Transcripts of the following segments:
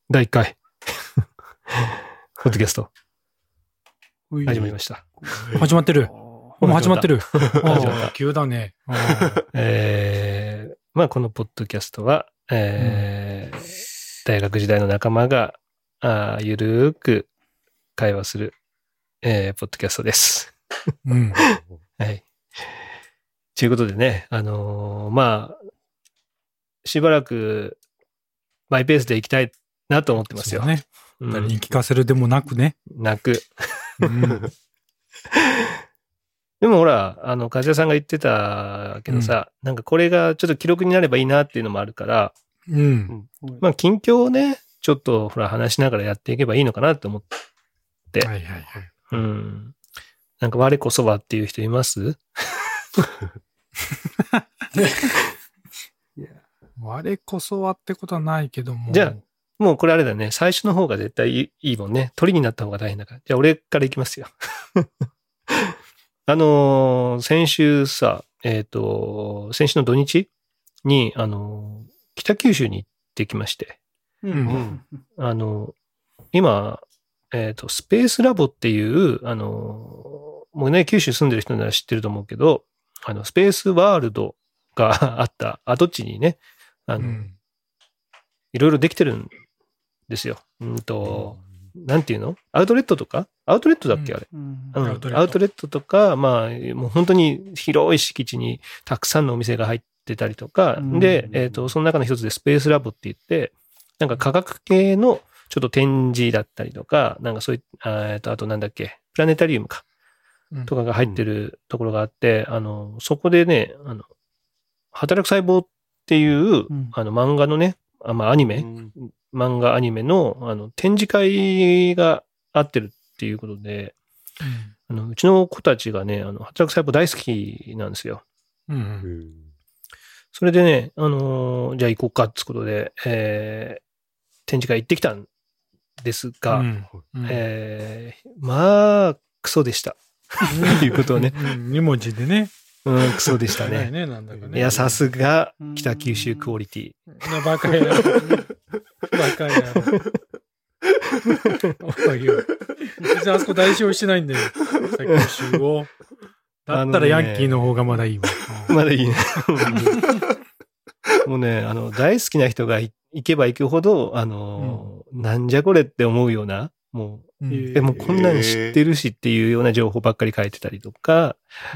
第1回、ポッドキャスト、始まりました。 始まってる。もう始まってる。 始まった急だね。 まあ、このポッドキャストは、大学時代の仲間が、ゆるーく会話する、ポッドキャストです。 うん。 はい。ということでね、まあ、しばらくマイペースでいきたいなと思ってますよ。 そうね。誰に聞かせるでもなくね。 なく。 うん、 でもほら、和也さんが言ってたけどさ、なんかこれがちょっと記録になればいいなっていうのもあるから、まあ近況をね、ちょっとほら話しながらやっていけばいいのかなと思って。 はいはいはい。 なんか我こそはっていう人います？ 我こそはってことはないけども。 じゃあ、もうこれあれだね。最初の方が絶対いいもんね。鳥になった方が大変だから。じゃあ俺からいきますよ。先週さ、先週の土日に、北九州に行ってきまして。今、スペースラボっていう、もうね、九州住んでる人なら知ってると思うけど、スペースワールドがあった跡地にね、いろいろできてるんですよ。なんていうの？アウトレットとか？アウトレットだっけあれ。アウトレットとか、まあ、もう本当に広い敷地にたくさんのお店が入ってたりとか、で、その中の一つでスペースラボって言って、なんか科学系のちょっと展示だったりとか、なんかそういう、あとなんだっけ、プラネタリウムか、とかが入ってるところがあって、そこでね、働く細胞っていう、漫画のね、アニメ、漫画アニメの、展示会があってるっていうことで、うちの子たちがね、働く細胞大好きなんですよ。それでね、じゃあ行こうかってことで、展示会行ってきたんですが、まあ、クソでした。ということをね。 2文字でね。 クソでしたね。いや、さすが、北九州クオリティ。 バカやろ。バカやろ。別にあそこ代表してないんだよ。北九州を。だったらヤンキーの方がまだいいわ。 まだいいね。もうね、大好きな人が行けば行くほど、なんじゃこれって思うような、もう、もうこんなに知ってるしっていうような情報ばっかり書いてたりとか、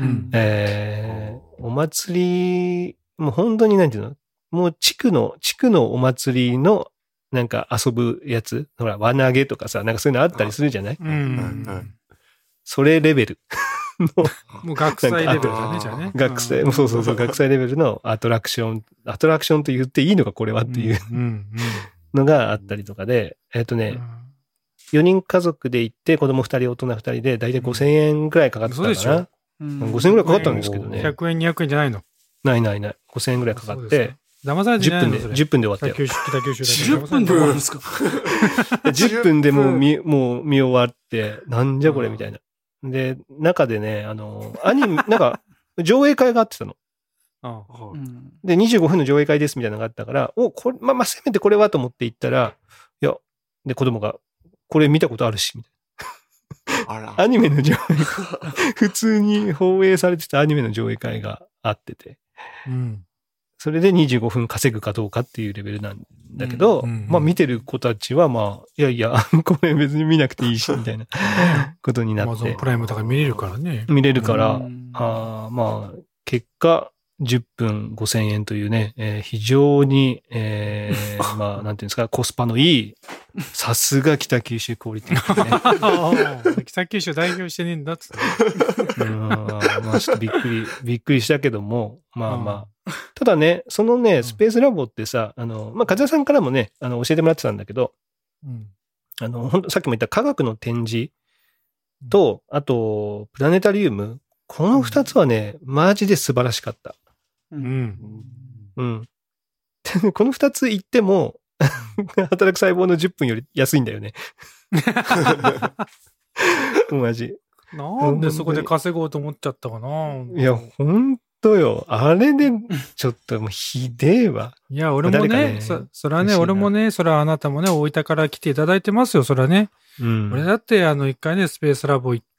お祭り、もう本当になんていうの？もう地区のお祭りのなんか遊ぶやつ、ほら、輪投げとかさ、なんかそういうのあったりするじゃない？それレベル。 もう学祭レベルだね、じゃあね。 学祭、そう、学祭レベルのアトラクションと言っていいのか、これはっていうのがあったりとかで、4人家族で行って、子供2人、大人2人で、だいたい5000円くらいかかったかな。5000円くらいかかったんですけどね。 100円、200円じゃないの？ ない。5000円くらいかかって、 騙されてないの 10分で終わったよ。 北九州 10分で終わるんですか ？10分でもう見終わって、なんじゃこれみたいな。で、中でね、アニメ、なんか、上映会があってたの。で、25分の上映会ですみたいなのがあったから、これ、まあ、せめてこれはと思って行ったら、いや、で、子供が、これ見たことあるし、みたいな。アニメの上映会、普通に放映されてたアニメの上映会があってて、それで25分稼ぐかどうかっていうレベルなんだけど、まあ見てる子たちはまあ、いや、これ別に見なくていいし、みたいなことになって。 Amazon プライムとか見れるからね。 見れるから、まあ、結果、10分5000円というね、非常に、まあ、なんていうんですか、コスパのいい、さすが北九州クオリティ、 ね。北九州代表してねえんだっつって。 まあ、ちょっとびっくりしたけども、まあ。ただね、そのね、スペースラボってさ、まあ、和也さんからもね、教えてもらってたんだけど、本当さっきも言った科学の展示と、あと、プラネタリウム、この2つはね、マジで素晴らしかった。この2つ行っても、働く細胞の10分より安いんだよね。マジ。 なんでそこで稼ごうと思っちゃったかな。 いや、本とよ。あれで、ちょっともうひでえわ。 いや、俺もね、そらね、俺もね、そらあなたもね、大分から来ていただいてますよ、そらね。俺だって、一回ね、スペースラボ行って、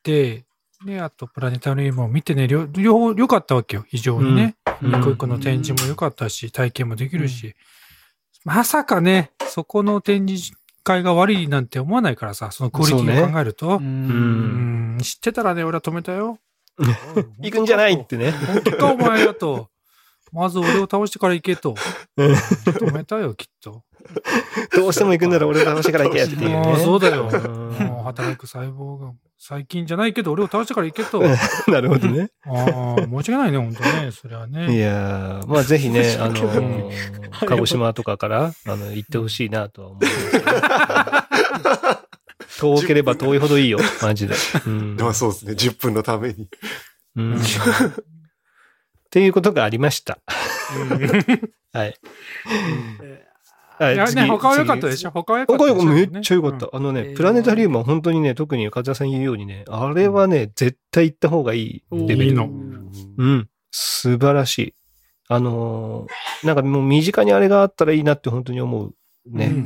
ね、あと、プラネタリウムを見てね、両方良かったわけよ、非常にね。一個一個の展示も良かったし、体験もできるし。まさかね、そこの展示会が悪いなんて思わないからさ、そのクオリティを考えると。知ってたらね、俺は止めたよ。 行くんじゃないってね。 本当か、お前だと。まず俺を倒してから行けと。止めたよ、きっと。 どうしても行くんなら俺を倒してから行けっていうね。 そうだよ。もう働く細胞が、最近じゃないけど俺を倒してから行けと。 なるほどね。 申し訳ないね、本当ね。それはね。 いやー、まあぜひね、鹿児島とかから、行ってほしいなとは思うんですけど。遠ければ遠いほどいいよ、マジで。 まあそうですね、10分のために。 っていうことがありました。はい。 いやね、他は良かったでしょ？他は良かったでしょ？ 他はめっちゃ良かった。プラネタリウムは本当にね、特に和田さん言うようにね、あれはね、絶対行った方がいいレベル。いいの。素晴らしい。なんかもう身近にあれがあったらいいなって本当に思う。ね。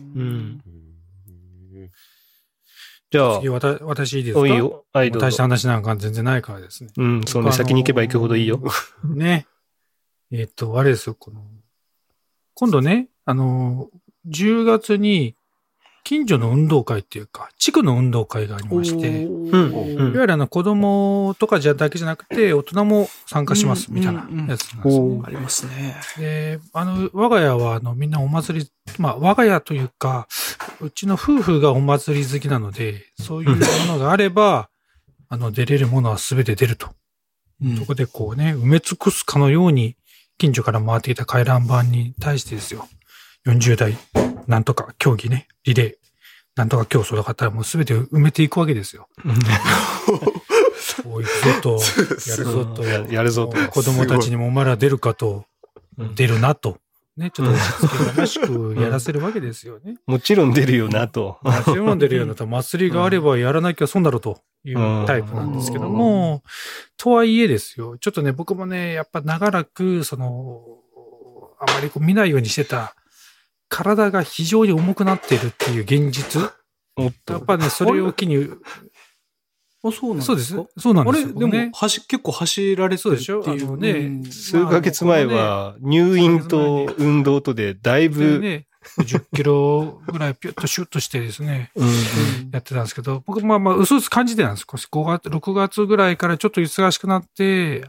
じゃあ。 次、私いいですか？ いいよ。はい、どうぞ。 大した話なんか全然ないからですね。 そうね、先に行けば行くほどいいよ。 ね。あれですよ、今度ね、10月に、近所の運動会っていうか、地区の運動会がありまして、いわゆる子供とかだけじゃなくて、大人も参加します、みたいなやつなんですね。 ありますね。 で、我が家は、みんなお祭り、まあ、我が家というか、うちの夫婦がお祭り好きなので、そういうものがあれば、出れるものは全て出ると。そこでこうね、埋め尽くすかのように、近所から回ってきた回覧板に対してですよ。40代、なんとか競技ね、リレー、なんとか競争だったらもう全て埋めていくわけですよ。おいくぞと、やるぞと、 やるぞと。 子供たちにもお前ら出るかと、出るなと。ね、ちょっと落ち着けがましくやらせるわけですよね。 もちろん出るよなと。 もちろん出るよなと。祭りがあればやらなきゃ損だろうというタイプなんですけども、とはいえですよ。ちょっとね、僕もね、やっぱ長らく、あまり見ないようにしてた、体が非常に重くなっているっていう現実。やっぱね、それを機に、 そうなんですか？ そうです。そうなんですよ。 あれ、でも、結構走られてるっていうね。 数ヶ月前は、入院と運動とで、だいぶ、 ね、10キロぐらいピュッとシュッとしてですね、やってたんですけど、僕、薄々感じてたんです。6月ぐらいからちょっと忙しくなって、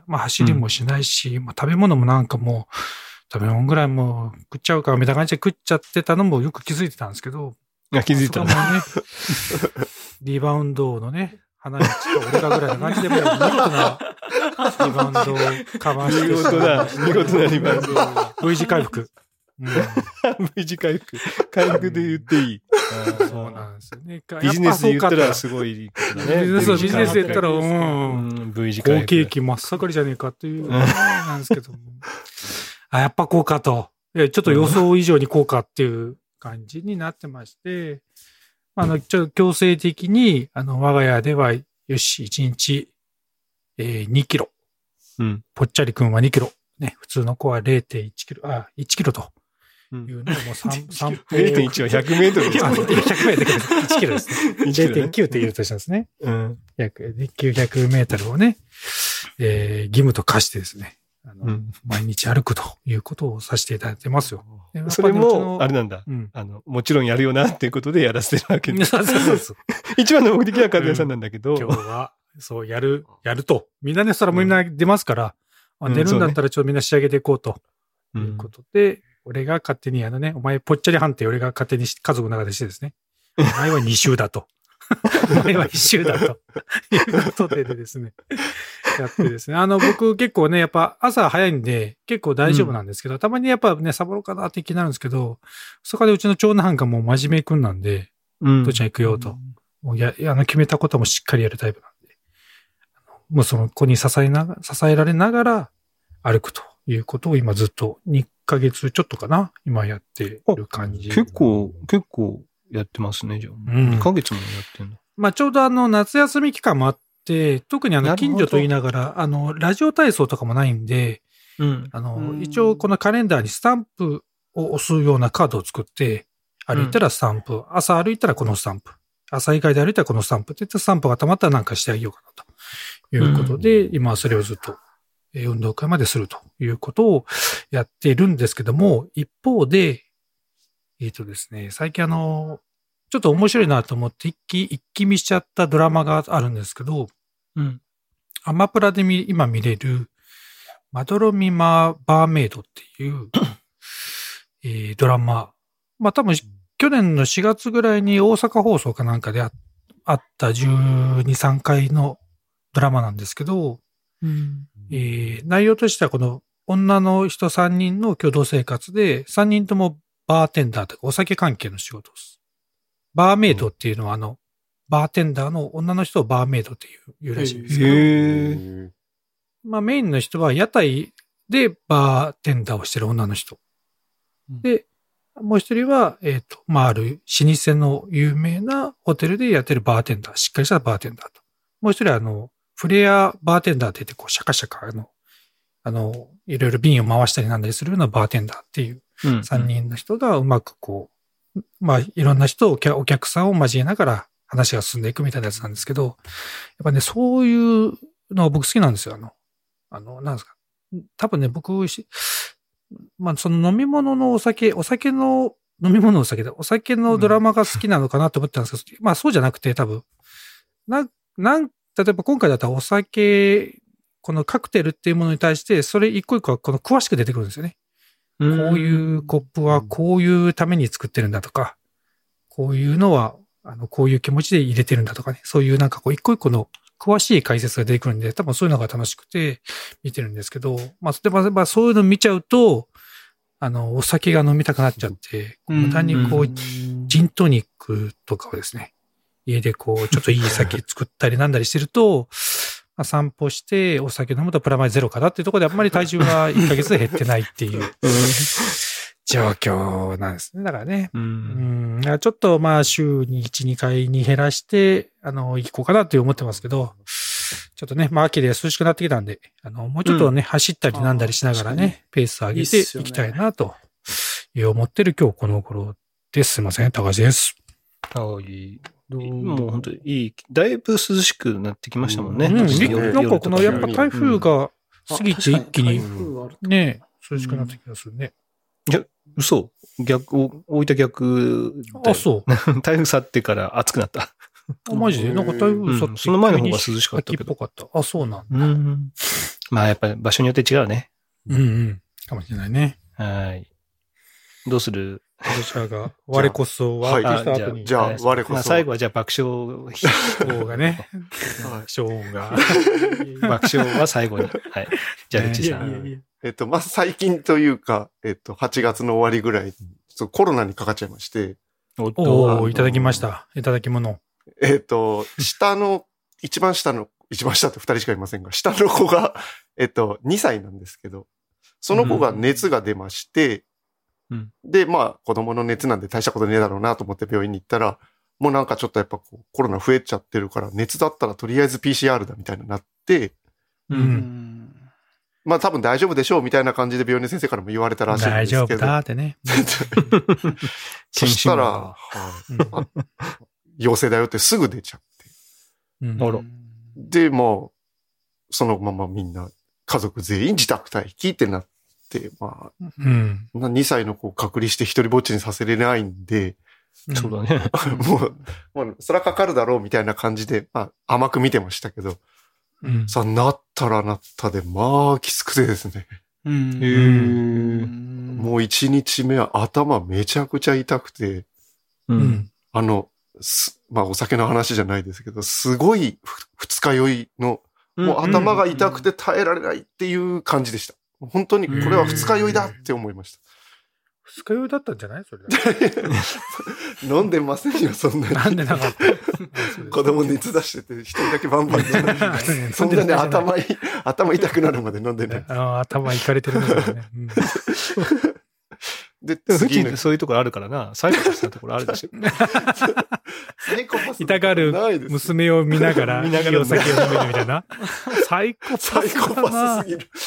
走りもしないし、食べ物もなんかもう、食べ物ぐらいもう食っちゃうか、みたいな感じで食っちゃってたのもよく気づいてたんですけど、 気づいたね。 リバウンドのね、花道と俺がぐらいの感じで、もう見事なリバウンドをカバーして。 見事なリバウンド。 V 字回復。 V 字回復。回復で言っていい。 そうなんですよね。 ビジネスで言ったらすごいことだね。 ビジネスで言ったら、 V 字回復。 好景気真っ盛りじゃねえかっていう、なんですけども。やっぱこうかと。ちょっと予想以上にこうかっていう感じになってまして、ちょっと強制的に、我が家では、よし、1日、2キロ。ぽっちゃりくんは2キロ。ね、普通の子は 0.1 キロ、1キロと。いうのをもう散歩。 0.1 は100メートルです。 100メートル。1キロですね。0.9 って言うとしたんですね。900メートルをね、義務と課してですね。毎日歩くということをさせていただいてますよ。 それも、あれなんだ。もちろんやるよなっていうことでやらせてるわけです。そう。一番の目的は和也さんなんだけど。 今日は、そう、やると。みんなね、そらみんな出ますから、出るんだったらちょっとみんな仕上げていこうと。いうことで、俺が勝手にお前ぽっちゃり判定俺が勝手に家族の中でしてですね。お前は2周だと。お前は1周だと。いうことでですね。やってですね。僕結構ね、やっぱ朝早いんで結構大丈夫なんですけど、たまにやっぱね、サボろうかなって気になるんですけど、そこでうちの長男がもう真面目くんなんで、どっちに行くよと。もう決めたこともしっかりやるタイプなんで。もうその子に支えられながら歩くということを今ずっと2ヶ月ちょっとかな今やってる感じ。 結構やってますね、じゃあ。2ヶ月もやってんの。 ちょうど夏休み期間もあって、特に近所と言いながら、ラジオ体操とかもないんで、一応このカレンダーにスタンプを押すようなカードを作って、歩いたらスタンプ、朝歩いたらこのスタンプ、朝以外で歩いたらこのスタンプって言って、スタンプが溜まったらなんかしてあげようかなということで、今はそれをずっと運動会までするということをやっているんですけども、一方で、ですね、最近ちょっと面白いなと思って一気見しちゃったドラマがあるんですけど、アマプラで今見れる、まどろみバーメイドっていう、ドラマ。まあ多分、去年の4月ぐらいに大阪放送かなんかであった12、3回のドラマなんですけど、内容としてはこの女の人3人の共同生活で、3人ともバーテンダーとかお酒関係の仕事をする。バーメイドっていうのはバーテンダーの女の人をバーメイドっていうらしいんですけど、まあメインの人は屋台でバーテンダーをしてる女の人。で、もう一人は、まあある老舗の有名なホテルでやってるバーテンダー、しっかりしたバーテンダーと。もう一人はフレアバーテンダーって言ってこうシャカシャカいろいろ瓶を回したりなんだりするようなバーテンダーっていう3人の人がうまくこう、まあいろんな人をお客さんを交えながら話が進んでいくみたいなやつなんですけど、やっぱね、そういうのは僕好きなんですよ。なんですか。多分ね、僕、まあその飲み物のお酒の飲み物のお酒のドラマが好きなのかなと思ったんですけど、まあそうじゃなくて多分、例えば今回だったらお酒、このカクテルっていうものに対して、それ一個一個は詳しく出てくるんですよね。こういうコップはこういうために作ってるんだとか、こういうのは、こういう気持ちで入れてるんだとかね、そういうなんかこう一個一個の詳しい解説が出てくるんで、多分そういうのが楽しくて見てるんですけど、まあ、そういうの見ちゃうと、お酒が飲みたくなっちゃって、無駄にこう、ジントニックとかをですね、家でこう、ちょっといい酒作ったりなんだりしてると、まあ、散歩してお酒飲むとプラマイゼロかなっていうところであんまり体重が1ヶ月で減ってないっていう状況なんですね。だからね。ちょっとまあ週に1、2回に減らして、行こうかなって思ってますけど、ちょっとね、まあ秋で涼しくなってきたんで、もうちょっとね、走ったりなんだりしながらね、ペース上げていきたいなと思ってる今日この頃です。すいません、高橋です。 はい。もう本当にいい、だいぶ涼しくなってきましたもんね。 なんかやっぱ台風が過ぎて一気にね、涼しくなった気がするね。 いや、嘘。大分逆。 あ、そう。 台風去ってから暑くなった。 マジでなんか台風去って、 その前の方が涼しかったけど。 秋っぽかった。あ、そうなんだ。 まあやっぱり場所によって違うね。 かもしれないね。 はい。どうする？ どちらが、我こそは、 じゃあ、我こそ。 最後はじゃあ爆笑音がね。爆笑音が。 爆笑は最後に。はい。じゃあ、うちさん。 まあ、最近というか、8月の終わりぐらいに、コロナにかかっちゃいまして。 いただきました。いただき物。 一番下って2人しかいませんが、下の子が、2歳なんですけど、その子が熱が出まして、で、まあ、子供の熱なんで大したことねえだろうなと思って病院に行ったら、もうなんかちょっとやっぱコロナ増えちゃってるから、熱だったらとりあえず PCR だみたいになって、まあ多分大丈夫でしょうみたいな感じで病院の先生からも言われたらしいんですけど。 大丈夫だってね。 そしたら、陽性だよってすぐ出ちゃって。で、もう、そのままみんな家族全員自宅待機ってなって、まあ、2歳の子を隔離して一人ぼっちにさせれないんで、 そうだね。 もう、そらかかるだろうみたいな感じで、まあ、甘く見てましたけど、さあ、なったらなったで、まあ、きつくてですね。もう1日目は頭めちゃくちゃ痛くて、まあ、お酒の話じゃないですけど、すごい二日酔いの、もう頭が痛くて耐えられないっていう感じでした。本当にこれは二日酔いだって思いました。 二日酔いだったんじゃないそれ飲んでませんよ、そんなに。 なんでなかった子供熱出してて、一人だけバンバン飲んで。そんなに頭痛くなるまで飲んでない。 頭いかれてるんですよね。 で、 でもうちってそういうところあるからな。サイコパスなところあるでしょ。 サイコパス痛がる娘を見ながら、いいお酒を飲めるみたいな。サイコパス。 サイコパスすぎる。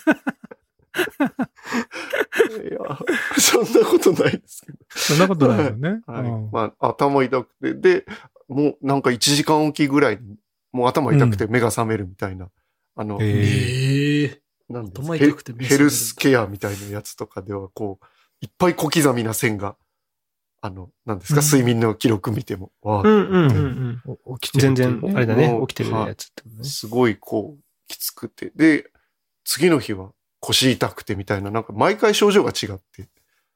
いや、そんなことないですけど。 そんなことないよね。 はい。まあ、頭痛くて、で、もうなんか1時間おきぐらいに、もう頭痛くて目が覚めるみたいな。なんです頭痛くてヘルスケアみたいなやつとかでは、こう、いっぱい小刻みな線が、なんですか、睡眠の記録見ても。 起きてる。全然、あれだね、起きてるやつってね。 すごい、こう、きつくて。で、次の日は腰痛くてみたいな、なんか毎回症状が違って。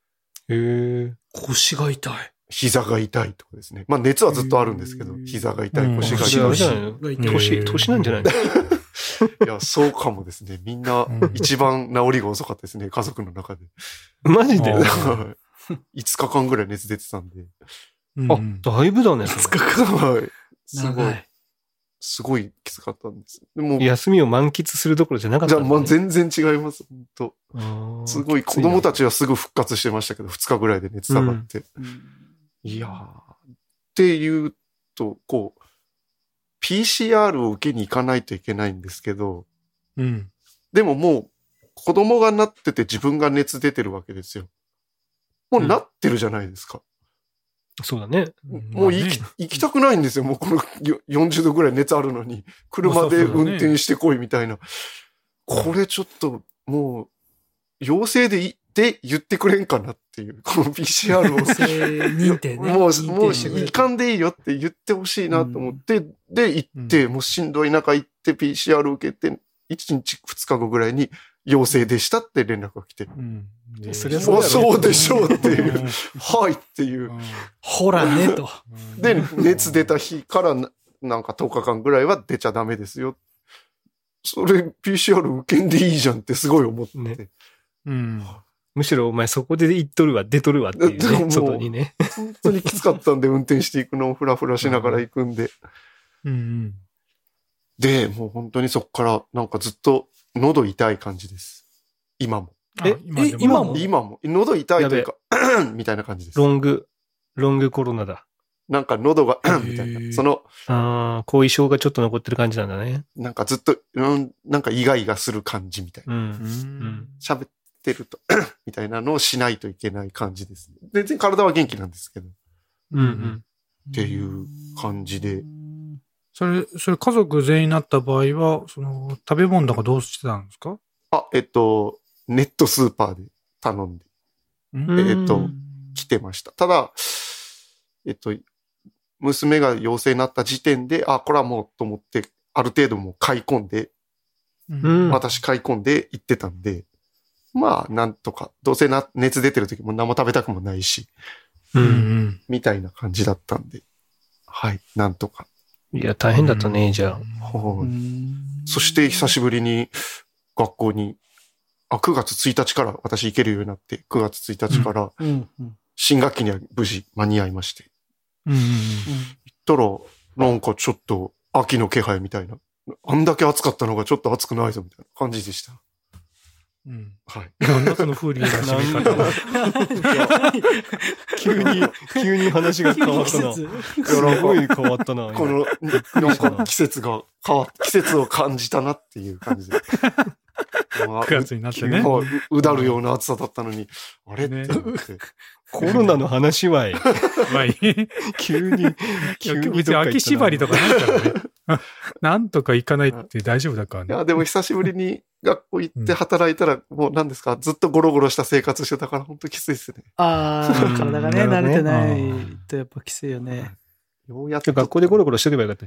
腰が痛い。 膝が痛いとかですね。まあ熱はずっとあるんですけど、膝が痛い、腰が痛い。 年なんじゃないのいや、そうかもですね。みんな一番治りが遅かったですね、家族の中で。 マジで ?5 日間ぐらい熱出てたんで。 だいぶだね。 5日間は、すごいきつかったんです。でも休みを満喫するどころじゃなかったんだね。 じゃあ、全然違います、本当すごい、子供たちはすぐ復活してましたけど、2日ぐらいで熱下がって。いやー。っていうと、こう、PCR を受けに行かないといけないんですけど、でももう、子供がなってて自分が熱出てるわけですよ。もうなってるじゃないですか。 そうだね。 もう行きたくないんですよ。もうこの40度ぐらい熱あるのに、車で運転してこいみたいな。これちょっともう、陽性で言ってくれんかなっていう、この PCR を。 認定ね。 もう行かんでいいよって言ってほしいなと思って、で、行って、もうしんどい中行って PCR 受けて、1日2日後ぐらいに陽性でしたって連絡が来て。そうでしょうっていう。はいっていう。 ほらねと。 で、熱出た日からなんか10日間ぐらいは出ちゃダメですよ。それ PCR 受けんでいいじゃんってすごい思って。 むしろお前そこで出とるわっていうね、外にね。 本当にきつかったんで運転していくのをフラフラしながら行くんで。で、もう本当にそこからなんかずっと喉痛い感じです。今も。 今も喉痛いというか、みたいな感じです。 ロングコロナだ。 なんか喉が、みたいな。 後遺症がちょっと残ってる感じなんだね。 なんかずっと、なんかイガイガする感じみたいな。喋ってると、みたいなのをしないといけない感じです。全然体は元気なんですけど。っていう感じで。 それ家族全員になった場合は、食べ物とかどうしてたんですか？ ネットスーパーで頼んで、来てました。ただ、娘が陽性になった時点で、これはもうと思って、ある程度もう買い込んで、私買い込んで行ってたんで、まあ、なんとか、どうせ熱出てる時も何も食べたくもないし、みたいな感じだったんで、はい、なんとか。 いや、大変だったね、じゃあ。 そして久しぶりに学校に、9月1日から私行けるようになって、9月1日から新学期には無事間に合いまして。行ったら、なんかちょっと秋の気配みたいな。あんだけ暑かったのがちょっと暑くないぞみたいな感じでした。はい。 なんだその風流な締め方は。 急に話が変わったな。すごい変わったな。 この、なんか季節を感じたなっていう感じで。 9月になってね。 うだるような暑さだったのに、あれって思って。 コロナの話はい。急に別に秋縛りとかないからね。なんとか行かないって大丈夫だからね。 いや、でも久しぶりに学校行って働いたら、もう何ですか、ずっとゴロゴロした生活してたから本当きついですね。 体がね、慣れてないとやっぱきついよね。 ようやって学校でゴロゴロしとけばよかった。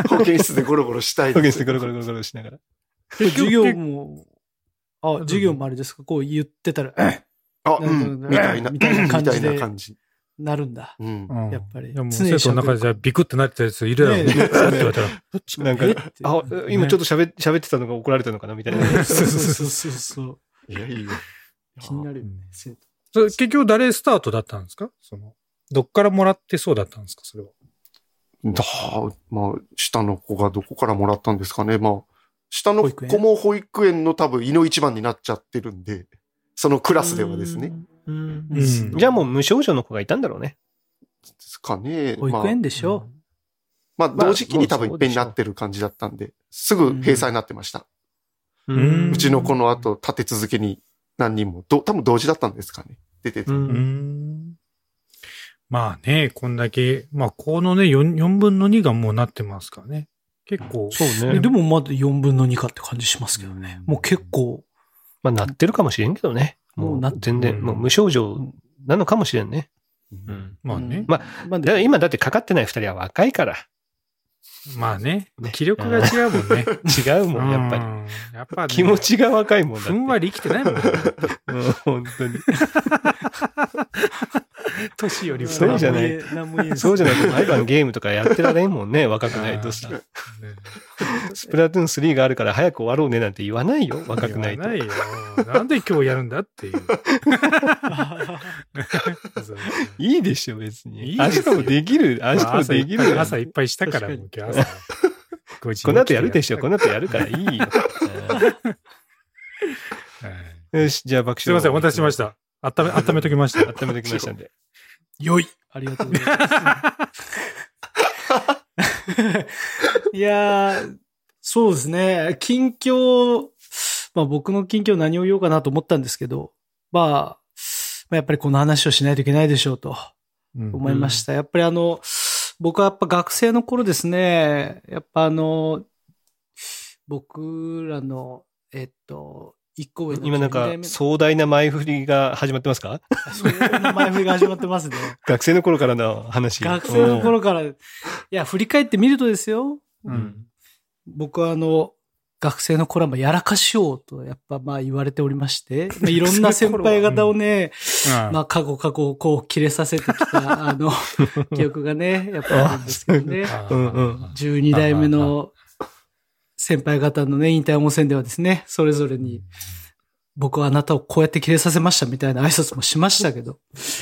保健室でゴロゴロしたい。 保健室でゴロゴロしながら。 授業もあれですか、こう言ってたら、 みたいな感じ。 なるんだ。やっぱり。 生徒の中でじゃビクッとなってたやついるやろ。って言われたら。 なんか、今ちょっと喋ってたのが怒られたのかなみたいな。 そう。 いや。 気になるよね、生徒。結局誰スタートだったんですか？どっからもらってそうだったんですか、それは。 まあ、下の子がどこからもらったんですかね。まあ、下の子も保育園の多分、いの一番になっちゃってるんで、そのクラスではですね。 じゃあもう無症状の子がいたんだろうね。 ですかね。 保育園でしょ。 まあ、同時期に多分いっぺんになってる感じだったんで、すぐ閉鎖になってました。うちの子の後、立て続けに何人も、多分同時だったんですかね。出てて。 まあね、こんだけ、まあ、このね、4分の2がもうなってますからね。結構。 そうね。でもまだ4分の2かって感じしますけどね。もう結構。 まあ、なってるかもしれんけどね。もう全然、もう無症状なのかもしれんね。 まあね。 まあ、今だってかかってない2人は若いから。 まあね。気力が違うもんね。 違うもん、やっぱり。やっぱ気持ちが若いもんだって。 ふんわり生きてないもんね。 本当に。 年よりそうじゃない。そうじゃないと毎晩ゲームとかやってられんもんね、若くないとさ。スプラトゥーン3があるから早く終わろうねなんて言わないよ、若くないと。 言わないよ。なんで今日やるんだっていう。 いいでしょ、別に。明日もできる。明日もできる。 朝いっぱいしたから、もう今日朝。 この後やるでしょ、この後やるからいいよ。よし、じゃあ爆笑。 すいません、お待たせしました。温めときました。 温めときましたんで。 よい。ありがとうございます。いやー、そうですね。近況、まあ僕の近況何を言おうかなと思ったんですけど、まあやっぱりこの話をしないといけないでしょうと思いました。やっぱり僕はやっぱ学生の頃ですね、やっぱ僕らの、一個上の今なんか壮大な前振りが始まってますか？ 壮大な前振りが始まってますね。 学生の頃からの話。 学生の頃から、いや、振り返ってみるとですよ。僕は学生の頃はやらかしようとやっぱ言われておりまして、いろんな先輩方をね、過去をこう切れさせてきた記憶がね、やっぱあるんですけどね。12代目の先輩方のね、引退温泉ではですね、それぞれに、僕はあなたをこうやって切れさせましたみたいな挨拶もしましたけど、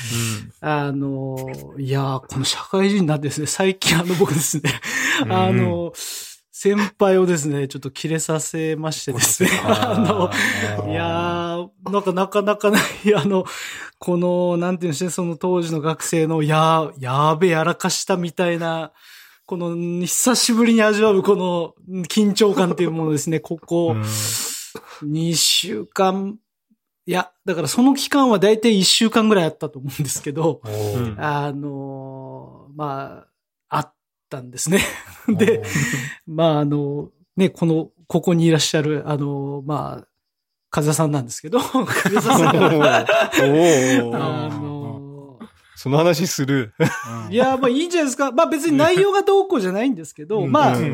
いやこの社会人なんですね、最近僕ですね、先輩をですね、ちょっと切れさせましてですね、いやなかなかない、この、なんていうんですね、その当時の学生の、やべやらかしたみたいな、この、久しぶりに味わうこの緊張感っていうものですね、ここ、2週間、いや、だからその期間はだいたい1週間ぐらいあったと思うんですけど、あったんですね。で、ね、ここにいらっしゃる、風田さんなんですけど、風田さんその話する。 いや、いいんじゃないですか。別に内容がどうこうじゃないんですけど、い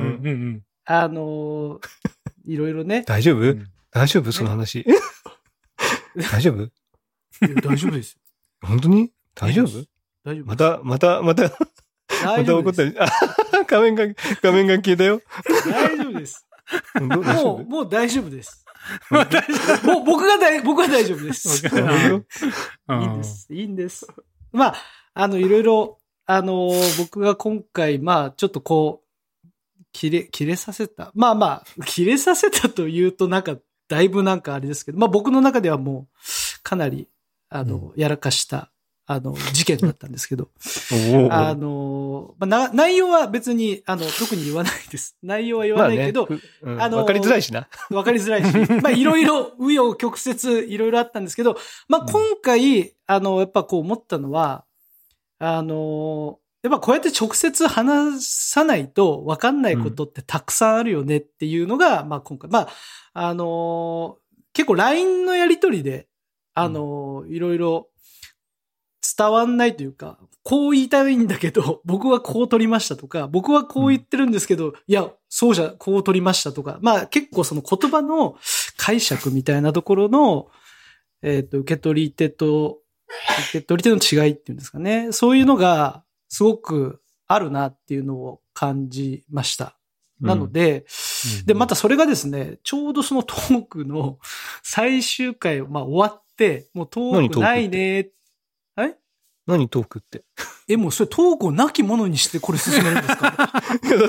ろいろね。 大丈夫その話。大丈夫？ 大丈夫です。 本当に？大丈夫？ 大丈夫。 また怒ったり。画面が消えたよ。 大丈夫です。もう大丈夫です。僕は大丈夫です。いいんです。いろいろ、僕が今回、ちょっとこう、切れさせた。切れさせたというとだいぶあれですけど、僕の中ではもう、かなり、やらかした、事件だったんですけど、内容は別に、特に言わないです。内容は言わないけど、 わかりづらいしな。 わかりづらいし、いろいろ、紆余曲折、いろいろあったんですけど、今回、やっぱこう思ったのは、やっぱこうやって直接話さないとわかんないことってたくさんあるよねっていうのが、今回、結構 LINE のやりとりで、いろいろ伝わんないというか、こう言いたいんだけど、僕はこう取りましたとか、僕はこう言ってるんですけど、いや、こう取りましたとか、結構その言葉の解釈みたいなところの、受け取り手の違いっていうんですかね。そういうのがすごくあるなっていうのを感じました。なので、で、またそれがですね、ちょうどそのトークの最終回、終わって、もうトークないね。 何トークって。 もうそれトークをなきものにしてこれ進めるんですか？ いや、だって、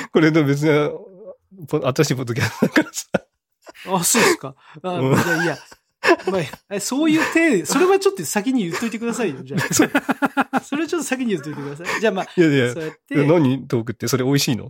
これ別に、新しいポッドキャストだからさ。 そうですか。いや。 まあ、そういう体、それはちょっと先に言っといてくださいよ、じゃあ。それはちょっと先に言っといてください。じゃあまあ、 いやいや、 そうやって。 何トークってそれ美味しいの？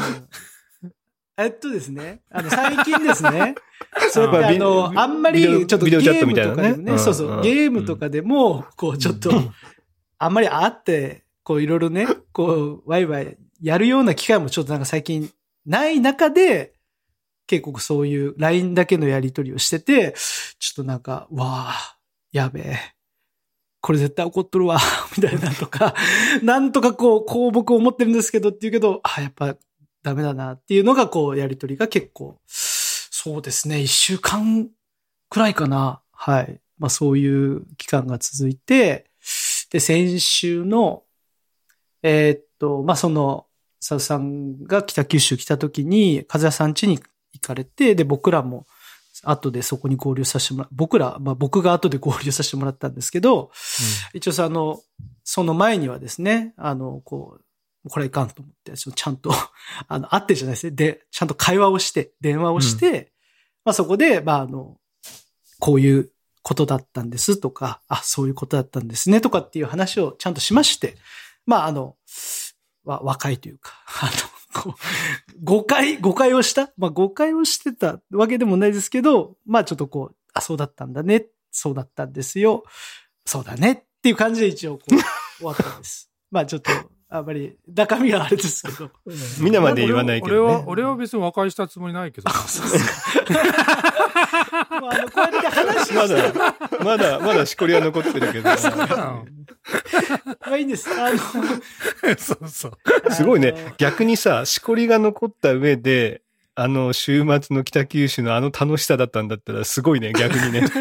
ですね、最近ですね、そうやってあんまりちょっとゲームとかでもね、そうそう、ゲームとかでも、こうちょっと、あんまり会って、こういろいろね、こう、ワイワイやるような機会もちょっとなんか最近ない中で、結構そういう LINE だけのやり取りをしてて、ちょっとなんか、わあ、やべえ。これ絶対怒っとるわ、みたいなとか、なんとかこう僕思ってるんですけどって言うけど、やっぱダメだなっていうのがこうやり取りが結構、そうですね、1週間くらいかな。はい。まあそういう期間が続いて、で、先週の、まあその、佐々さんが北九州来た時に、和也さん家に行かれて、で、僕らも後でそこに合流させてもらう。僕が後で合流させてもらったんですけど、一応さ、その前にはですね、これはいかんと思って、ちゃんと、会ってじゃないですね。で、ちゃんと会話をして、電話をして、まあそこで、まあこういうことだったんですとか、そういうことだったんですねとかっていう話をちゃんとしまして、まあ和解というか、こう誤解をした。まあ誤解をしてたわけでもないですけど、まあちょっとこう、そうだったんだね、そうだったんですよ、そうだねっていう感じで一応こう終わったんです。まあちょっと、あんまり中身はあれですけど。 皆まで言わないけどね。 俺は別に和解したつもりないけど。 そうですか。こうやって話まだしこりは残ってるけど。 まあいいんです。 そうそう。 すごいね。逆にさ、しこりが残った上で、週末の北九州の楽しさだったんだったらすごいね、逆にね。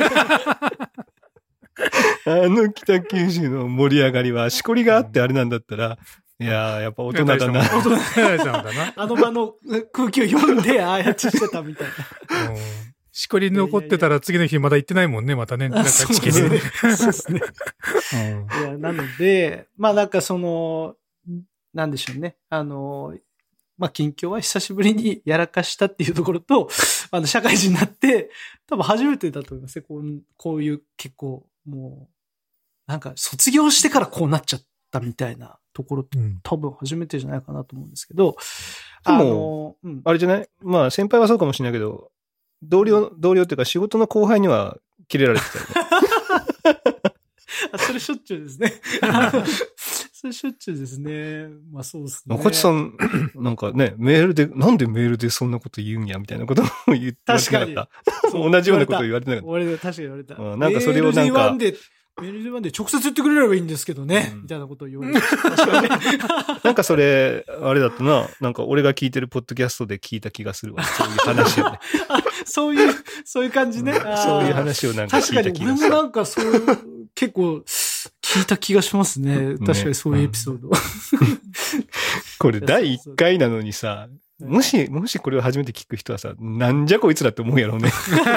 北九州の盛り上がりは、しこりがあってあれなんだったら、いやー、やっぱ大人だな。 大人だな。 場の空気を読んで、ああやってしてたみたいな。 しこり残ってたら次の日まだ行ってないもんね、またね。なんかチキンね。 そうですね。いや、なので、まあなんかなんでしょうね。まあ近況は久しぶりにやらかしたっていうところと、社会人になって、多分初めてだと思いますね。こういう結構、もう、なんか卒業してからこうなっちゃったみたいなところって、多分初めてじゃないかなと思うんですけど、 でも、あれじゃない？まあ先輩はそうかもしれないけど、同僚っていうか仕事の後輩にはキレられてたよね。 それしょっちゅうですね。それしょっちゅうですね。まあそうですね。 中地さん、なんかね、なんでメールでそんなこと言うんや、みたいなことを言ってなかった。同じようなこと言われてなかった。 俺確かに言われた。 なんかそれをなんか。 メールでワンで直接言ってくれればいいんですけどね。みたいなことを言われて。 なんかそれ、あれだったな。なんか俺が聞いてるポッドキャストで聞いた気がするわ。そういう話をね。 そういう感じね。 そういう話をなんか聞いた気がする。 確かに俺もなんか結構聞いた気がしますね。確かにそういうエピソード。 これ第1回なのにさ、もしこれを初めて聞く人はさ、なんじゃこいつらって思うやろうね。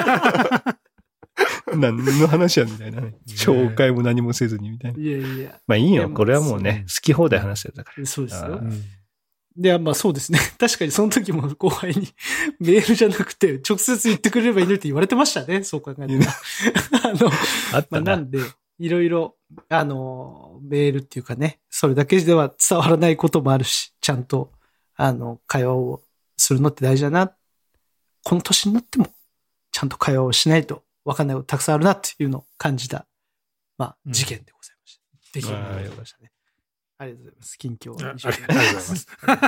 何の話やみたいなね。紹介も何もせずにみたいな。 いやいや。 まあいいよ。これはもうね、好き放題話してるだから。 そうですよ。で、まあそうですね。確かにその時も後輩にメールじゃなくて直接言ってくれればいいのって言われてましたね。そう考えたら。 あったな。 なんで、いろいろ、メールっていうかね、それだけでは伝わらないこともあるし、ちゃんと、会話をするのって大事だな。この年になっても、ちゃんと会話をしないと分かんないことたくさんあるなっていうのを感じた、まあ、事件でございました。出来事でございましたね。ありがとうございます。近況は以上で。 ありがとうございます。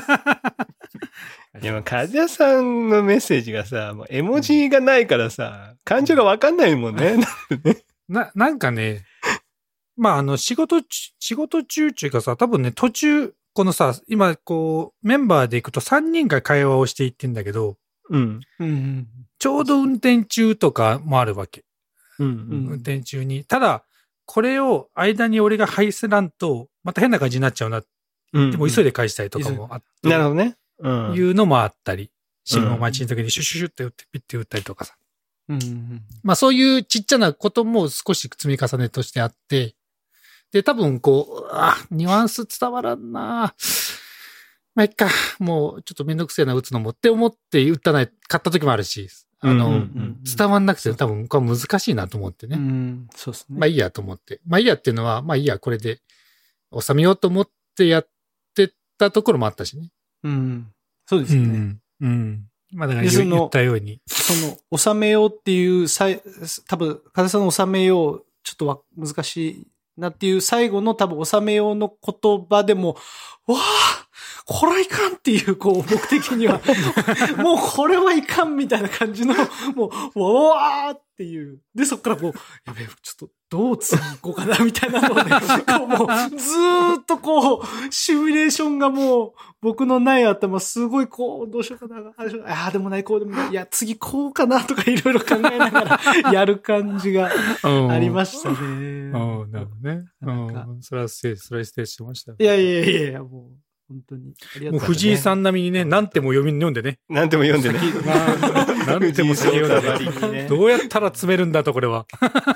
いや、和也さんのメッセージがさ、もう絵文字がないからさ、感情が分かんないもんね。 なんかね、まあ、仕事中っていうかさ、多分ね、途中、このさ、今、こう、メンバーで行くと3人が会話をしていってんだけど、ちょうど運転中とかもあるわけ。運転中に。ただ、これを間に俺が入せらんと、また変な感じになっちゃうな。でも急いで返したりとかもあって。 なるほどね。 いうのもあったり、信号待ちの時にシュシュシュって打ってピッて打ったりとかさ。まあそういうちっちゃなことも少し積み重ねとしてあって、で、多分こう、ニュアンス伝わらんな。まあいっか、もうちょっとめんどくせえな打つのもって思って打ったない、買った時もあるし、 伝わんなくて多分これ難しいなと思ってね。 そうですね。 まあいいやと思って。まあいいやっていうのは、まあいいや、これで収めようと思ってやってたところもあったしね。 そうですね。 まあだから言ったように。 収めようっていう、多分、風さんの収めよう、ちょっと難しいなっていう最後の多分収めようの言葉でも、わあこれはいかんっていう、僕的には、もうこれはいかんみたいな感じの、もう、わーっていう。で、そっからやべえ、ちょっと、どう次行こうかな、みたいなので、もう、ずーっとシミュレーションがもう、僕のない頭、すごいどうしようかな、ああでもない、こうでもない、いや、次こうかな、とかいろいろ考えながら、やる感じがありましたね。 なるほどね。それは失礼してました。 いや、もう。本当に。 もう藤井さん並みにね、何手も読んでね。 何手も読んでね。 何手も読んでね。どうやったら詰めるんだと、これは。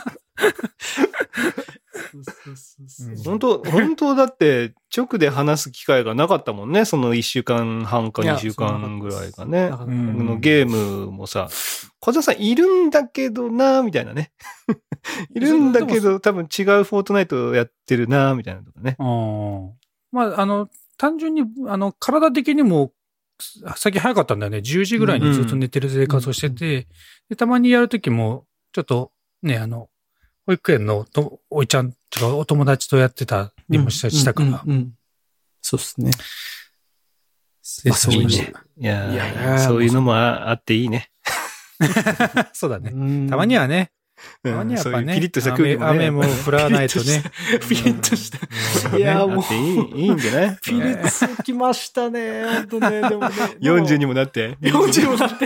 本当だって、直で話す機会がなかったもんね。その1週間半か2週間ぐらいがね。ゲームもさ、小沢さんいるんだけどな、みたいなね。いるんだけど、多分違うフォートナイトやってるな、みたいなとかね。 まあ、単純に、体的にも、最近早かったんだよね。10時ぐらいにずっと寝てる生活をしてて、で、たまにやるときも、ちょっと、ね、保育園のおいちゃんとかお友達とやってたりもしたから。 そうですね。 そういうね。いや、そういうのもあっていいね。 そうだね。たまにはね。たまにはやっぱね。 ピリッとした空気もね。 雨も降らないとね。 ピリッとした。いや、もう。 いいんじゃないピリッときましたね。本当ね。でもね。 40にもなって。 40にもなって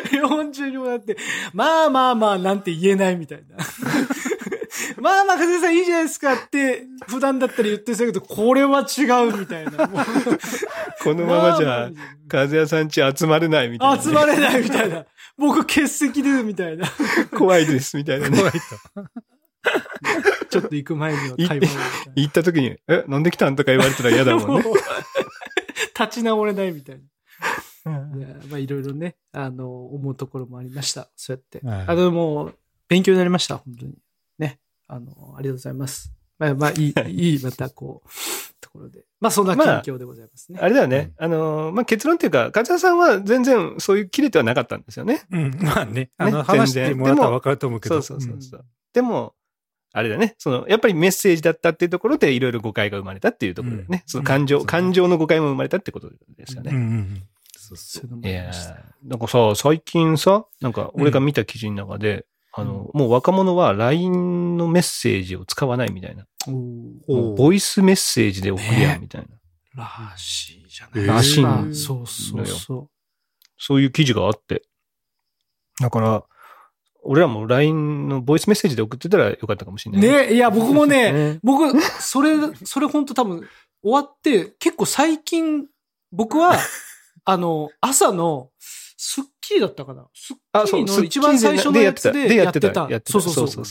。40にもなって。まあ、なんて言えないみたいな。まあ、風さんいいじゃないですかって、普段だったら言ってたけど、これは違うみたいな。 このままじゃ、風屋さんち集まれないみたいな。 集まれないみたいな。僕欠席で、みたいな。 怖いです、みたいなね。怖いと。 ちょっと行く前には会話を。 行った時に、飲んできたんとか言われたら嫌だもんね。 立ち直れないみたいな。まあ、いろいろね、思うところもありました。そうやって。もう、勉強になりました。本当に。ね。ありがとうございます。まあ、いい、またところで。まあ、そんな近況でございますね。 あれだよね。まあ、結論っていうか、勝田さんは全然そういう切れてはなかったんですよね。 まあね。話してもらったら分かると思うけど。 そう。でも、あれだね。やっぱりメッセージだったっていうところでいろいろ誤解が生まれたっていうところでね。その感情の誤解も生まれたってことですよね。いやなんかさ、最近さ、なんか俺が見た記事の中で、もう若者は LINE のメッセージを使わないみたいな。ボイスメッセージで送り合うみたいな。 らしいじゃない。 らしいんそう。 そういう記事があって。だから、俺らも LINE のボイスメッセージで送ってたらよかったかもしれない。 ね、いや、僕もね、それ本当多分終わって、結構最近、僕は、朝の、スッキリだったかな、スッキリの一番最初のやつでやってた。そう。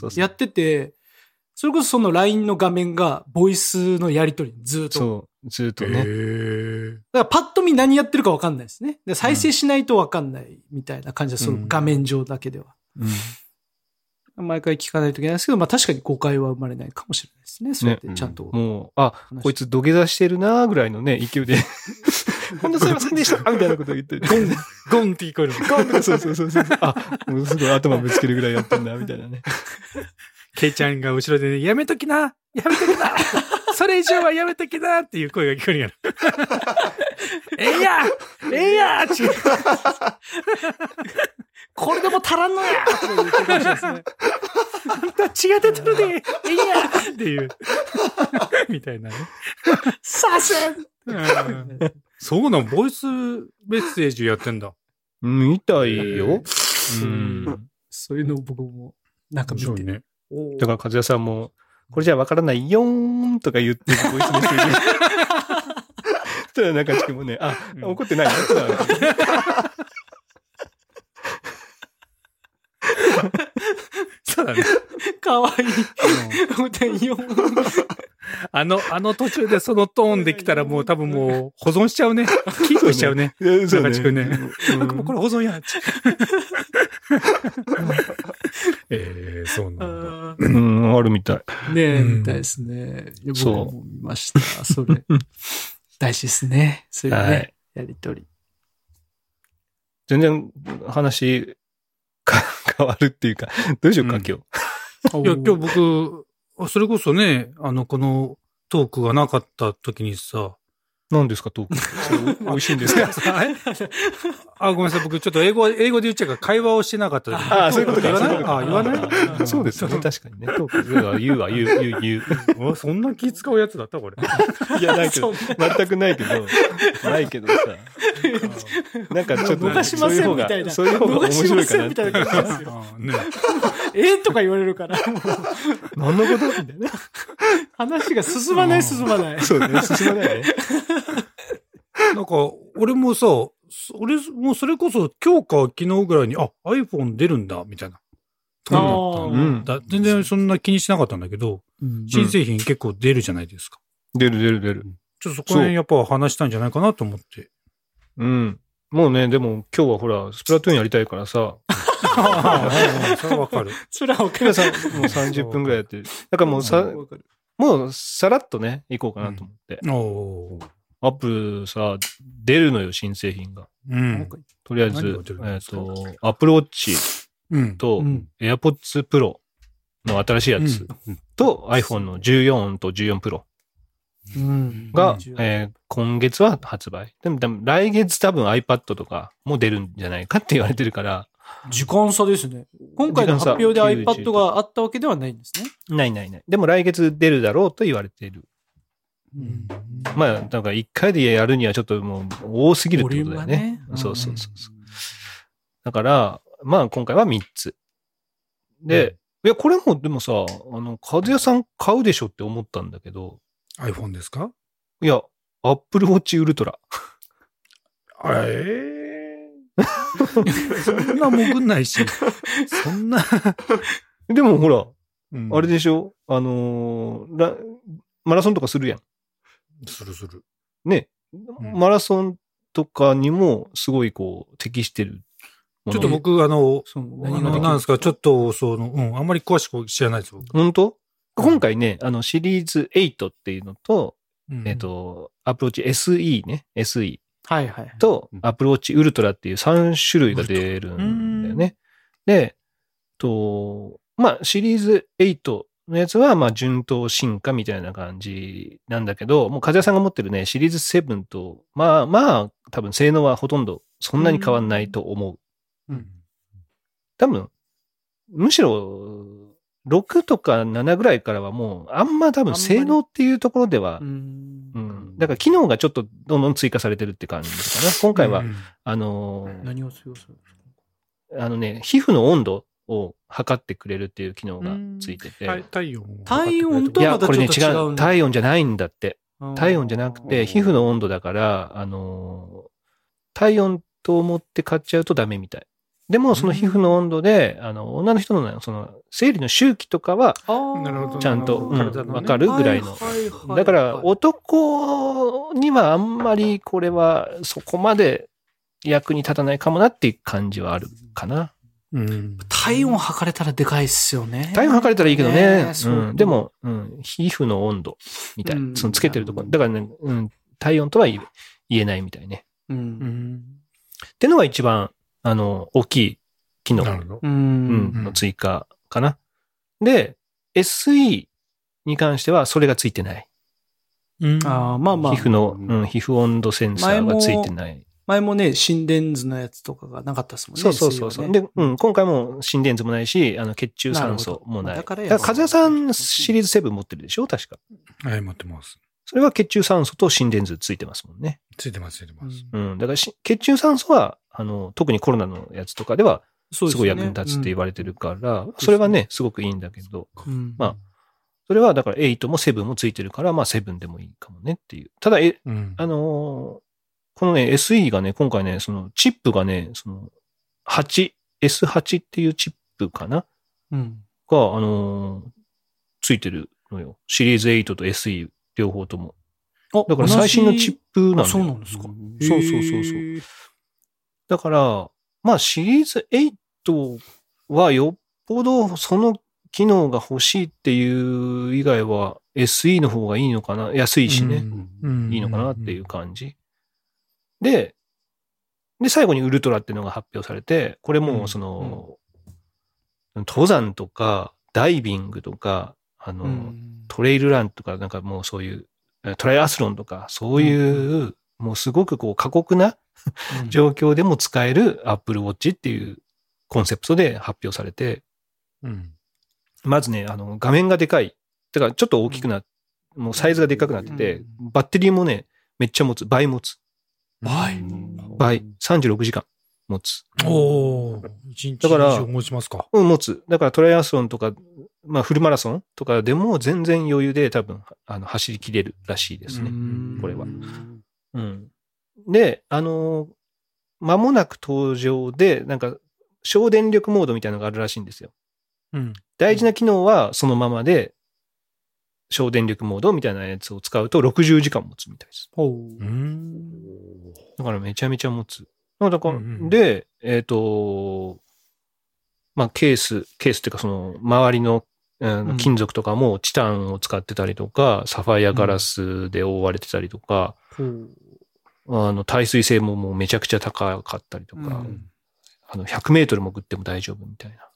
やってて、それこそその LINE の画面がボイスのやりとりずっと。 そう、ずっとね。 だからパッと見何やってるか分かんないですね。で再生しないと分かんないみたいな感じで、その画面上だけでは。毎回聞かないといけないですけど、まあ確かに誤解は生まれないかもしれないですね。そうやってちゃんと。 もう、こいつ土下座してるなーぐらいのね、勢いで。本当すいませんでしたみたいなことを言って。 ゴンって聞こえる。 ゴンって、そう。もうすぐ頭ぶつけるぐらいやってんな、みたいなね。 ケイちゃんが後ろでね、やめときなそれ以上はやめときなっていう声が聞こえるから。ええやこれでも足らんのやって言ってましたですね。 あんた血が出てるで、ええやっていう。みたいなね。 させんそうなん、ボイスメッセージやってんだ。 みたいよ。 そういうのを僕もなんか見てね。 だから、和也さんも、これじゃわからないよーんとか言って、ボイスメッセージ。そしたら中地君もね、怒ってないな。 そうだね。 かわいい。 あの途中でそのトーンできたらもう多分もう保存しちゃうね。キープしちゃうね。中地君ね。これ保存や。 そうなんだ。 あるみたい。 ねえ、みたいですね。僕も見ました。それ。大事ですね。そういうね、やりとり。 全然話変わるっていうか、どうしようか、今日。 いや、今日僕、それこそね、このトークがなかった時にさ、 何ですか、トーク。美味しいんですかごめんなさい。僕ちょっと英語で言っちゃうから会話をしてなかった時に。 そういうことか。 言わない言わないそうですね。確かにね。トーク。言う。 そんな気使うやつだったこれ。 いや、ないけど、全くないけど、ないけどさ。なんかちょっと、 逃しませんみたいな。 そういう方が面白いかな。 みたいな感じですよ。とか言われるから。 何のことみたいな。 話が進まない。 そうね、進まないね。 なんか、俺もさ、もうそれこそ今日か昨日ぐらいに、iPhone 出るんだ、みたいな。全然そんな気にしなかったんだけど、新製品結構出るじゃないですか。 出る。 ちょっとそこら辺やっぱ話したいんじゃないかなと思って。 もうね、でも今日はほら、スプラトゥーンやりたいからさ。 それはわかる。 それはわかる。 もう30分ぐらいやってる。だからもうさらっとね、行こうかなと思って。アップルさ、出るのよ、新製品が。とりあえず、Apple Watch と AirPods Pro の新しいやつと iPhone の14と14 Pro が、今月は発売。でも来月多分 iPad とかも出るんじゃないかって言われてるから。 時間差ですね。今回の発表で iPad があったわけではないんですね。 ない。でも来月出るだろうと言われている。まあ、なんか1回でやるにはちょっともう多すぎるってことだよね。そう。だから、まあ今回は3つ。で、いや、これもでもさ、和也さん買うでしょって思ったんだけど。 iPhone ですか？ いや、Apple Watch Ultra。 そんな潜んないし、そんな。 でもほら、あれでしょマラソンとかするやん。 する。 ね、マラソンとかにもすごいこう適してる。 ちょっと僕、なんですか、ちょっと、あんまり詳しく知らないですよ。 本当？今回ね、シリーズ8っていうのと、Apple Watch SE ね、SE。と、Apple Watch Ultra っていう3種類が出るんだよね。で、まあ、シリーズ8のやつは、まあ、順当進化みたいな感じなんだけど、もう、風谷さんが持ってるね、シリーズ7と、まあ、多分性能はほとんどそんなに変わんないと思う。多分、むしろ、6とか7ぐらいからはもう、あんま多分性能っていうところでは、だから機能がちょっとどんどん追加されてるって感じですかね。今回は、 何を追加するんですか？ 皮膚の温度を測ってくれるっていう機能がついてて。 体温とはまたちょっと違う。 いや、これね、違う。体温じゃないんだって。体温じゃなくて、皮膚の温度だから、体温と思って買っちゃうとダメみたい。でも、その皮膚の温度で、女の人の、生理の周期とかは、ちゃんと、わかるぐらいの。だから、男にはあんまりこれは、そこまで役に立たないかもなっていう感じはあるかな。 体温測れたらでかいっすよね。 体温測れたらいいけどね。でも、皮膚の温度みたい。そのつけてるところ。だからね、体温とは言えないみたいね。ってのが一番、大きい機能の追加かな。で、SE に関してはそれがついてない。皮膚温度センサーがついてない。 前もね、心電図のやつとかがなかったですもんね。 そう。で、今回も心電図もないし、血中酸素もない。だから、風谷さんシリーズ7持ってるでしょ確か。 はい、持ってます。 それは血中酸素と心電図ついてますもんね。 ついてます。 だから血中酸素は、特にコロナのやつとかでは、すごい役に立つって言われてるから、それはね、すごくいいんだけど、まあ、それはだから8も7もついてるから、まあ7でもいいかもねっていう。ただ、このね、SE がね、今回ね、そのチップがね、S8 っていうチップかなが、ついてるのよ。シリーズ8と SE 両方とも。だから最新のチップなんだよ。 そうなんですか。 そう。だから、まあシリーズトはよっぽどその機能が欲しいっていう以外は SE の方がいいのかな。安いしね。いいのかなっていう感じ。で、最後にウルトラっていうのが発表されて、これも登山とか、ダイビングとか、トレイルランとか、なんかもうそういう、トライアスロンとか、そういう、もうすごくこう過酷な状況でも使える Apple Watch っていうコンセプトで発表されて、まずね、画面がでかい。だからちょっと大きくなって、もうサイズがでかくなってて、バッテリーもね、めっちゃ持つ。倍持つ。倍。36時間持つ。 おー。1日以上持ちますか。 持つ。だからトライアスロンとか、まあフルマラソンとかでも全然余裕で多分、走り切れるらしいですね。これは。で、間もなく登場で、なんか、省電力モードみたいなのがあるらしいんですよ。大事な機能はそのままで、省電力モードみたいなやつを使うと60時間持つみたいです。だからめちゃめちゃ持つ。だから、で、まあ、ケースっていうかその、周りの、金属とかもチタンを使ってたりとか、サファイアガラスで覆われてたりとか、耐水性ももうめちゃくちゃ高かったりとか、100メートル潜っても大丈夫みたいな。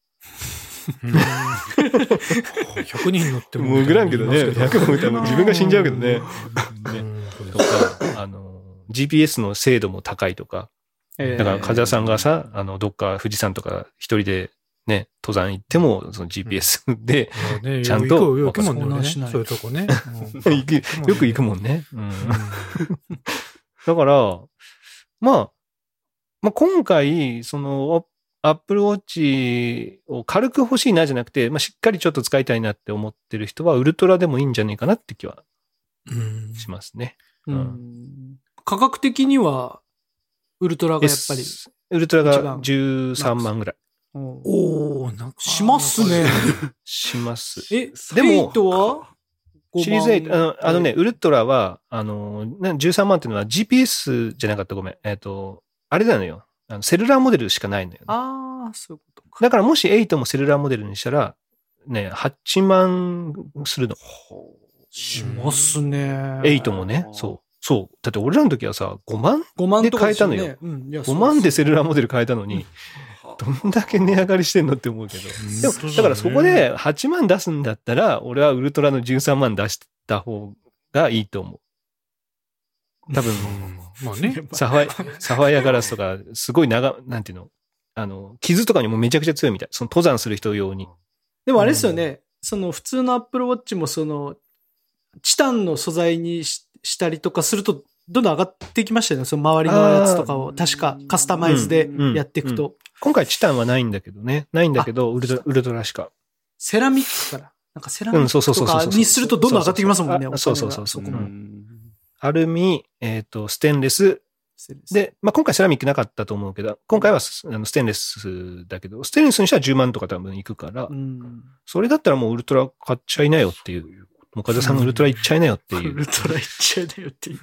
100人乗っても。 潜らんけどね。100も潜ったら自分が死んじゃうけどね。とか、GPS の精度も高いとか。だから、風田さんがさ、どっか富士山とか一人でね、登山行っても、その GPS で、ちゃんと。 よくもんね。そういうとこね。 よく行くもんね。だから、まあ、今回、その、Apple Watch を軽く欲しいなじゃなくて、まあ、しっかりちょっと使いたいなって思ってる人は、ウルトラでもいいんじゃないかなって気はしますね。 価格的には、ウルトラがやっぱり。 ウルトラが13万ぐらい。 おー、なんか。 しますね。 します。 でも、8はシリーズ8、ね、ウルトラは、13万っていうのは GPS じゃなかった、ごめん。あれなのよ。セルラーモデルしかないのよ、ね。 ああ、そういうことか。 だからもし8もセルラーモデルにしたら、ね、8万するの。 しますね。 8もね、そう。だって俺らの時はさ、5万で買えたのよ。5万でセルラーモデル買えたのに、どんだけ値上がりしてんのって思うけど。でも、だからそこで8万出すんだったら、俺はウルトラの13万出した方がいいと思う。多分、 まあね。 サファイアガラスとか、すごいなんていうの、傷とかにもめちゃくちゃ強いみたい。その登山する人用に。 でもあれですよね。その普通の Apple Watch もその、チタンの素材にしたりとかすると、どんどん上がっていきましたよね。その周りのやつとかを、確かカスタマイズでやっていくと。 今回チタンはないんだけどね。ないんだけど、ウルトラしか。 セラミックから。なんかセラミックとかにするとどんどん上がってきますもんね。 そう。アルミ、ステンレス。で、まあ、今回セラミックなかったと思うけど、今回はステンレスだけど、ステンレスにしたら10万とか多分いくから、それだったらもうウルトラ買っちゃいなよっていう、もう風さんがウルトラいっちゃいなよっていう。 ウルトラいっちゃいなよっていう。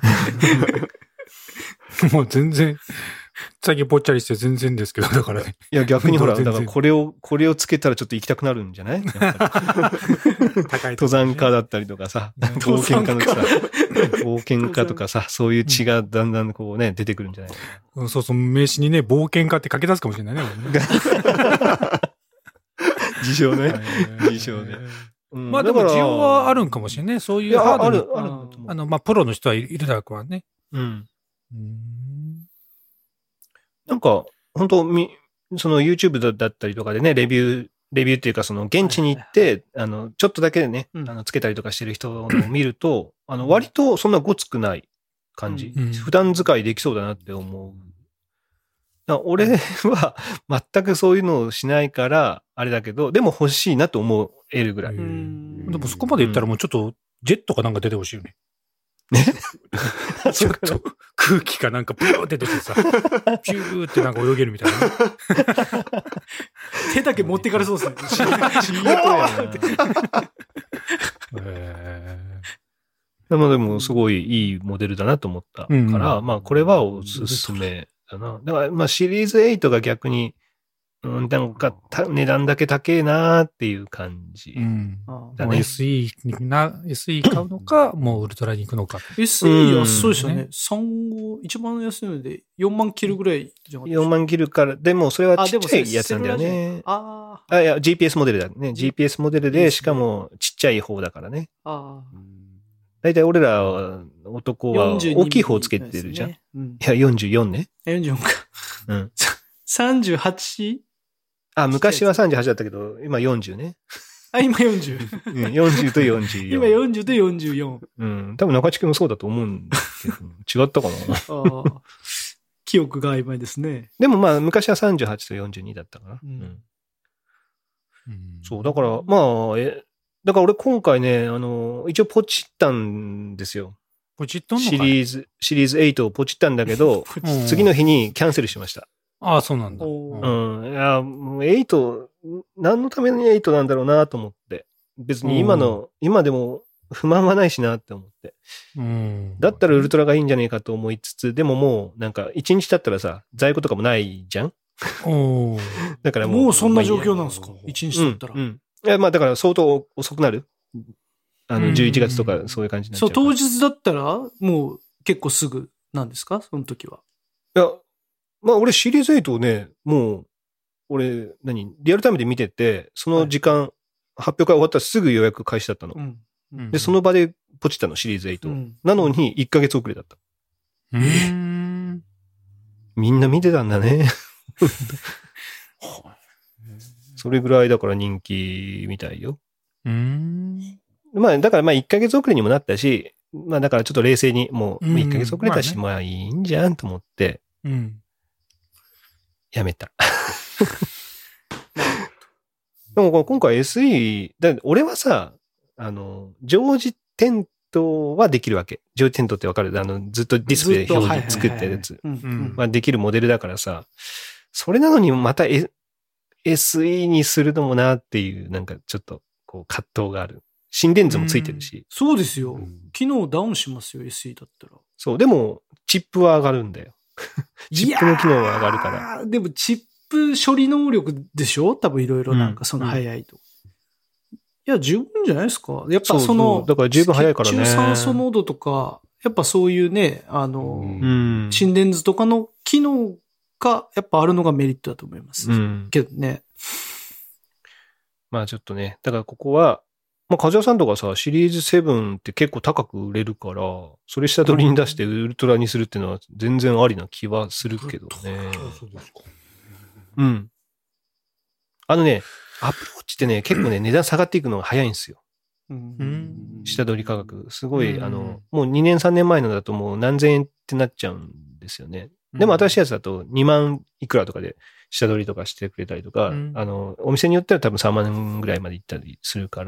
もう全然、最近ぽっちゃりして全然ですけど、だからね。 いや、逆にほら、だからこれをつけたらちょっと行きたくなるんじゃない高い登山家だったりとかさ、冒険家とかさ、そういう血がだんだんこうね、出てくるんじゃないそう、名刺にね、冒険家って書き出すかもしれないね。 自称ね。 まあでも需要はあるんかもしれないね。そういうハードに。まあプロの人はいるだろうからね。 なんか、本当その YouTube だったりとかでね、レビューっていうか、その現地に行って、ちょっとだけでね、つけたりとかしてる人を見ると、割とそんなごつくない感じ。普段使いできそうだなって思う。俺は全くそういうのをしないから、あれだけど、でも欲しいなと思えるぐらい。でもそこまで言ったらもうちょっと、ジェットかなんか出てほしいよね。 ねちょっと空気かなんかピューって出てさ、ピューってなんか泳げるみたいな。 手だけ持っていかれそうですね。 でもすごいいいモデルだなと思ったから、まあこれはおすすめだな。だからまあシリーズ8が逆になんか値段だけ高えなーっていう感じ。 だね。SE 買うのか、もうウルトラに行くのか。 SE 安そうでしたね。一番安いので4万切るぐらいじゃなかった。 4万切るから、でもそれはちっちゃいやつなんだよね。いや、GPS モデルだね。GPS モデルで、しかもちっちゃい方だからね。だいたい俺ら男は大きい方つけてるじゃん。いや、44ね。 44か。 うん。 38? 昔は38だったけど、今40ね。 今40。 40と44。 今40と44。 うん。多分中地君もそうだと思うんだけど、違ったかな。 記憶が曖昧ですね。 でも昔は38と42だったかな。そう、だから、だから俺今回ね、一応ポチったんですよ。 ポチっとんのかシリーズ8をポチったんだけど、次の日にキャンセルしました。 ああ、そうなんだ。 いや、もう8、何のために8なんだろうなと思って。別に今でも不満はないしなって思って。だったらウルトラがいいんじゃねえかと思いつつ、でももうなんか1日経ったらさ、在庫とかもないじゃん。だからもうそんな状況なんですか ?1 日経ったら。 いや、だから相当遅くなる。11月とかそういう感じになっちゃう。 そう、当日だったらもう結構すぐなんですかその時は。 いや、俺シリーズ8をね、もう、俺、リアルタイムで見てて、その時間、発表会終わったらすぐ予約開始だったの。で、その場でポチったの、シリーズ8。なのに、1ヶ月遅れだった。みんな見てたんだね。それぐらいだから人気みたいよ。だから1ヶ月遅れにもなったし、だからちょっと冷静に、もう1ヶ月遅れたし、いいんじゃんと思って、やめた。でも今回 SE、俺はさ、常時点灯はできるわけ。常時点灯ってわかる？ずっとディスプレイ表示作ってるやつ。できるモデルだからさ、それなのにまた、SE にするのもなっていう、なんかちょっと、こう、葛藤がある。心電図もついてるし。 そうですよ。昨日ダウンしますよ、SE だったら。 そう、でも、チップは上がるんだよ。チップの機能は上がるから。 でも、チップ処理能力でしょ多分いろいろなんかその早いと。いや、十分じゃないですか。やっぱそうだから十分早いからね。 中酸素濃度とか、やっぱそういうね、心電図とかの機能がやっぱあるのがメリットだと思います。けどね。 ちょっとね、だからここは、カジュアさんとかさ、シリーズ7って結構高く売れるから、それ下取りに出してウルトラにするっていうのは全然ありな気はするけどね。アプローチってね、結構ね、値段下がっていくのが早いんですよ。下取り価格。すごい、もう2年3年前のだともう何千円ってなっちゃうんですよね。でも新しいやつだと2万いくらとかで下取りとかしてくれたりとか、お店によっては多分3万円ぐらいまでいったりするから、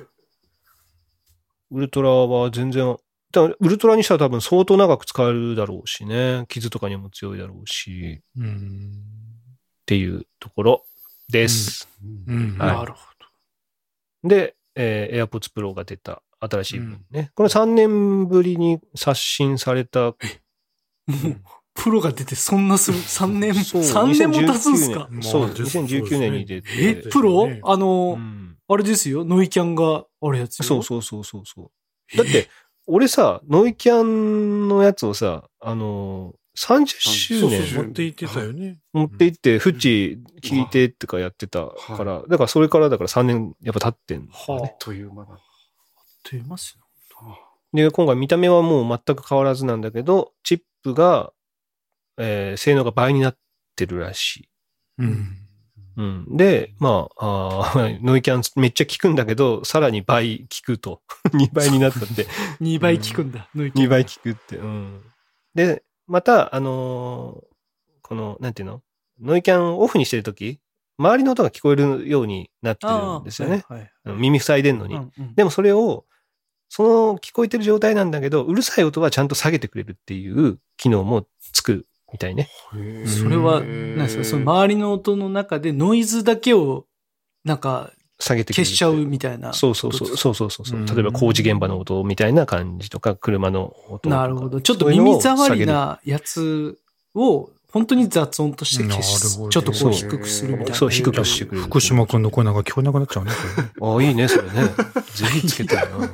ウルトラは全然、ウルトラにしたら多分相当長く使えるだろうしね、傷とかにも強いだろうし、っていうところです。 なるほど。で、AirPods Pro が出た新しい分ね。これ3年ぶりに刷新された。 プロが出てそんなする3年も経つんすか？ そう、2019年に出て。 プロあれですよ、ノイキャンがあるやつよ。 そう。だって、俺さ、ノイキャンのやつをさ、30周年持って行ってたよね。 持って行って、フッチ聞いてとかやってたから、だからそれからだから3年やっぱ経ってんのね。 という間だ。 という間っすよ。 で、今回見た目はもう全く変わらずなんだけど、チップが、性能が倍になってるらしい。で、ノイキャンめっちゃ効くんだけど、さらに倍効くと。2倍になったって。 2倍効くんだ、ノイキャン。 2倍効くって。で、また、この、なんていうの？ノイキャンオフにしてるとき、周りの音が聞こえるようになってるんですよね。耳塞いでんのに。でもそれを、その聞こえてる状態なんだけど、うるさい音はちゃんと下げてくれるっていう機能もつくみたいね。 それは、何ですか、その周りの音の中でノイズだけを、なんか、 下げて消しちゃうみたいな。 そう。例えば工事現場の音みたいな感じとか、車の音とか。 なるほど。ちょっと耳障りなやつを本当に雑音として消す。ちょっとこう低くするみたいな。 そう、低くしてくれる。 福島くんの声なんか聞こえなくなっちゃうね。 ああ、いいね、それね。ぜひつけたいな。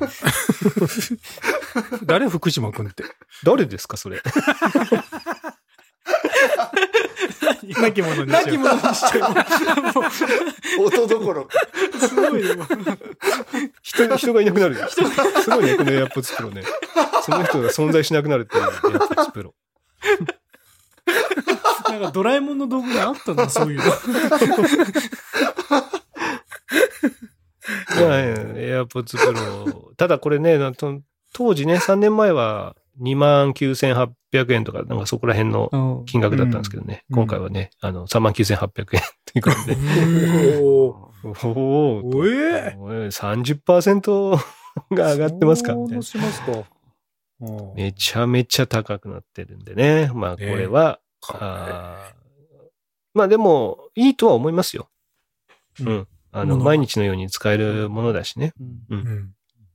誰福島くんって。 誰ですか、それ。 亡き者にしちゃう。 亡き者にしちゃう。 音どころ。 すごいね。 人がいなくなる。すごいね、このAirPods Proね。その人が存在しなくなるっていう AirPods Pro。 なんかドラえもんの道具にあったな、そういうの。 いや、AirPods Pro。ただこれね、当時ね、3年前は29,800円とか、なんかそこら辺の金額だったんですけどね。今回はね、39,800円ということで。30% が上がってますからね。 しますか。 めちゃめちゃ高くなってるんでね。まあこれは、まあでも、いいとは思いますよ。うん。毎日のように使えるものだしね。うん。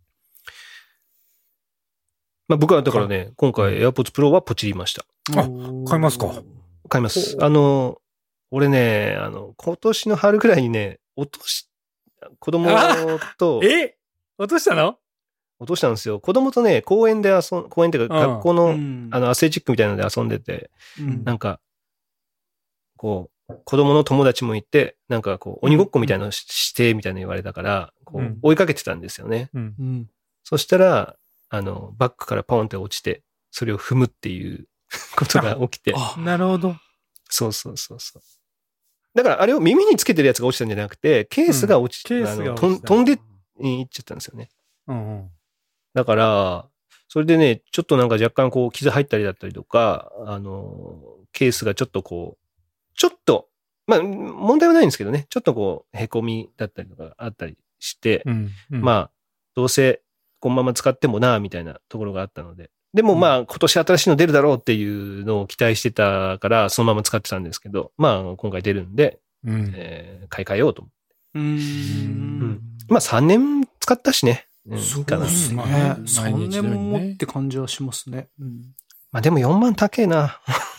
まあ僕はだからね、今回 AirPods Pro はポチりました。 あ、買いますか？ 買います。俺ね、今年の春ぐらいにね、子供と、 落としたの？ 落としたんですよ。子供とね、公園っていうか、学校の、アスレチックみたいなので遊んでて、なんか、こう、子供の友達もいて、なんかこう、鬼ごっこみたいなのしてみたいな言われたから、こう、追いかけてたんですよね。そしたら、バッグからポンって落ちて、それを踏むっていうことが起きて。 なるほど。 そう。だからあれを耳につけてるやつが落ちたんじゃなくて、ケースが落ちて、飛んでいっちゃったんですよね。だから、それでね、ちょっとなんか若干こう傷入ったりだったりとか、ケースがちょっとこう、まあ問題はないんですけどね、ちょっとこう、凹みだったりとかあったりして、まあ、どうせこのまま使ってもな、みたいなところがあったので。でもまあ、今年新しいの出るだろうっていうのを期待してたから、そのまま使ってたんですけど、まあ、今回出るんで、買い替えようと思って。まあ、3年使ったしね。 そうですね。3年もって感じはしますね。 まあ、でも4万高えな。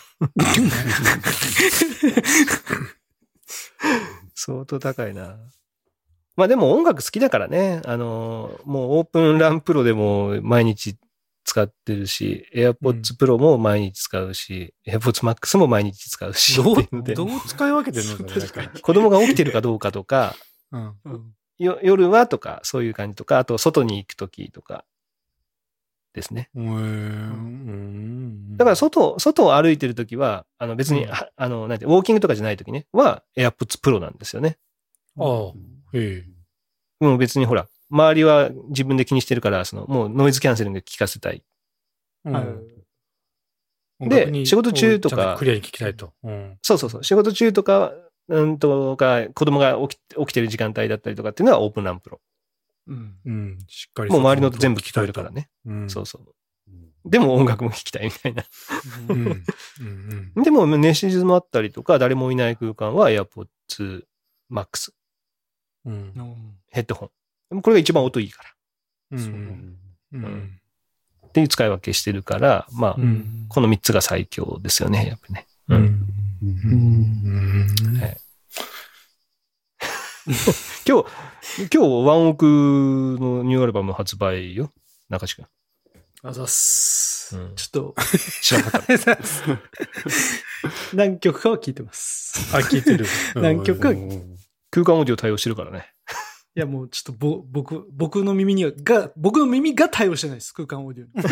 相当高いな。まあでも音楽好きだからね。もうオープンランプロでも毎日使ってるし、AirPods Pro も毎日使うし、AirPods Max も毎日使うし。 どう使い分けてるの？ 子供が起きてるかどうかとか、夜はとか、そういう感じとか、あと外に行くときとかですね。だから外を歩いてるときは、別に、なんて、ウォーキングとかじゃないときね、は AirPods Pro なんですよね。 もう別にほら、周りは自分で気にしてるから、もうノイズキャンセリング聞かせたい。で、仕事中とか。 クリアに聞きたいと。 そう。仕事中とか、子供が起きてる時間帯だったりとかっていうのはオープンランプロ。 しっかり。 もう周りの音全部聞こえるからね。そう。でも音楽も聴きたいみたいな。でも、ネシズもあったりとか、誰もいない空間は AirPods Max。ヘッドホン。これが一番音いいから。っていう使い分けしてるから、まあ、この3つが最強ですよね、やっぱりね。今日ワンオクのニューアルバム発売よ、中地君。 あざっす。ちょっと、 知らなかった。 何曲かは聞いてます。 聞いてる。 何曲かは空間オーディオ対応してるからね。 いやもうちょっと僕の耳が対応してないです、空間オーディオに。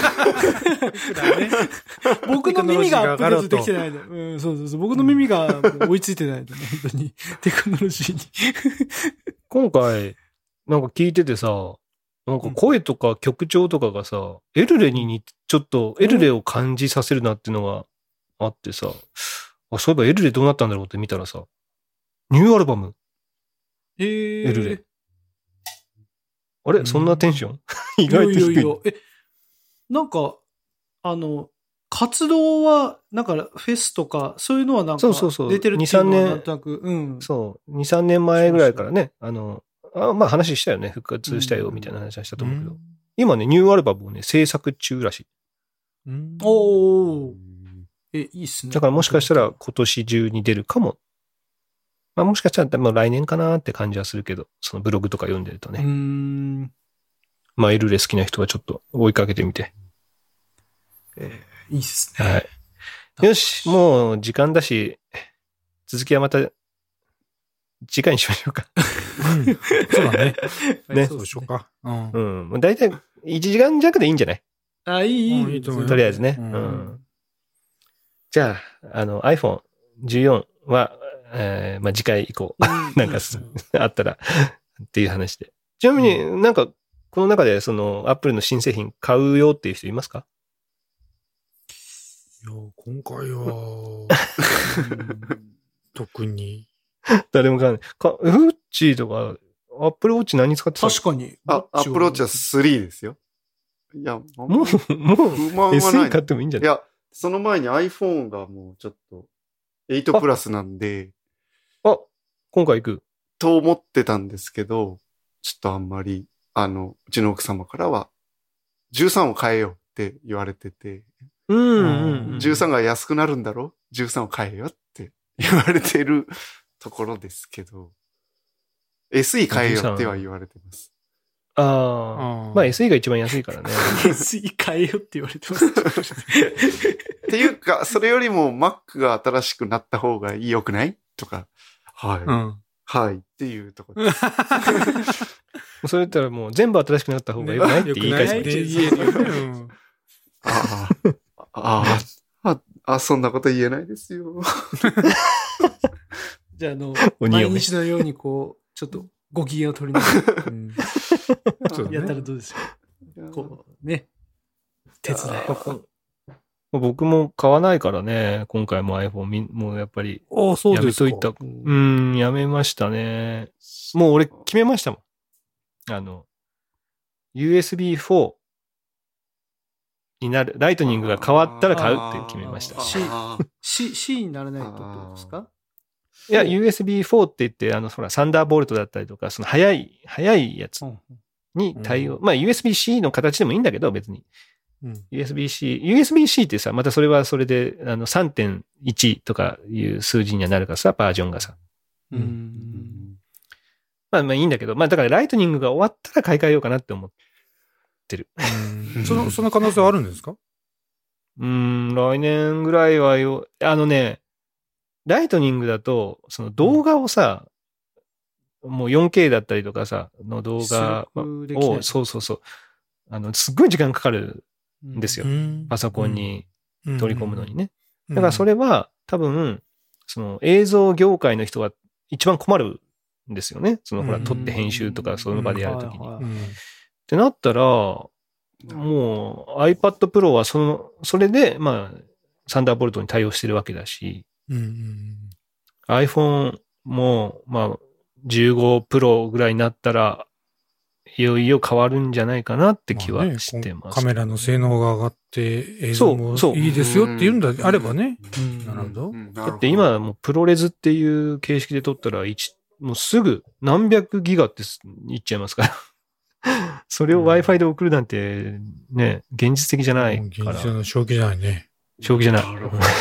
僕の耳がアップデートできてないで。そう。僕の耳が追いついてないで、本当に。テクノロジーに。 今回、なんか聞いててさ、なんか声とか曲調とかがさ、エルレちょっとエルレを感じさせるなっていうのがあってさ、そういえばエルレどうなったんだろうって見たらさ、ニューアルバム。エルレ。あれ、そんなテンション意外と低い。 なんか、活動は、なんか、フェスとか、そういうのはなんか、出てるっていうのはなんとなく、 そう、2、3年前ぐらいからね、まあ話したよね、復活したよ、みたいな話はしたと思うけど、今ね、ニューアルバムをね、制作中らしい。 いいっすね。 だからもしかしたら今年中に出るかも。まあもしかしたらもう来年かなって感じはするけど、そのブログとか読んでるとね。まあエルレ好きな人はちょっと追いかけてみて。 いいっすね。 はい。よし、もう時間だし、続きはまた次回にしましょうか。 そうだね。 ね。 そうでしょうか。 うん。だいたい1時間弱でいいんじゃない？ いいと思います。 とりあえずね。じゃあ、iPhone14 は、まあ、次回以降、なんかあったらっていう話で。ちなみになんか、この中でその Apple の新製品買うよっていう人いますか？ いや、今回は、特に。 誰も買わない。フッチーとか、Apple Watch 何使ってた？ 確かに。 Apple Watch は3ですよ。いや、 もう、SE 買ってもいいんじゃない？ いや、その前に iPhone がもうちょっと、8プラスなんで、 今回行くと思ってたんですけど、ちょっとあんまり、うちの奥様からは、13を買えよって言われてて、13が安くなるんだろ ?13 を買えよって言われてるところですけど、SE 買えよっては言われてます。 まあ SE が一番安いからね。 SE 買えよって言われてます。 っていうか、それよりも Mac が新しくなった方が良くないとか、はい。はい。っていうところです。 それだったらもう全部新しくなった方が良くないって言い返すね。 そんなこと言えないですよ。 じゃあ毎日のようにこう、ちょっとご機嫌を取りながら、やったらどうですか？こうね、手伝い。 僕も買わないからね、今回も iPhone もうやっぱり、やめといた。やめましたね。もう俺決めましたもん。USB4 になる、ライトニングが変わったら買うって決めました。 C にならないとってことですか？ いや、USB4 って言って、ほら、サンダーボルトだったりとか、その速いやつに対応。まあ、USB-C の形でもいいんだけど、別に。USB-C ってさ、またそれはそれで、3.1 とかいう数字にはなるからさ、バージョンがさ。まあいいんだけど、まあだからライトニングが終わったら買い替えようかなって思ってる。 その可能性はあるんですか？ 来年ぐらいはライトニングだと、その動画をさ、もう 4K だったりとかさ、の動画を、そう。すっごい時間かかるんですよ。パソコンに取り込むのにね。だからそれは多分、その映像業界の人が一番困るんですよね。そのほら、撮って編集とかその場でやるときに。ってなったら、もう iPad Pro はそれで、まあ、サンダーボルトに対応してるわけだし、iPhone も、まあ、15 Pro ぐらいになったら、いよいよ変わるんじゃないかなって気はしてます。 カメラの性能が上がって映像もいいですよって言うんであればね。なるほど。 だって今はもうプロレズっていう形式で撮ったら、もうすぐ何百ギガっていっちゃいますから。それを Wi-Fi で送るなんてね、現実的じゃないから。 現実の正気じゃないね。 正気じゃない。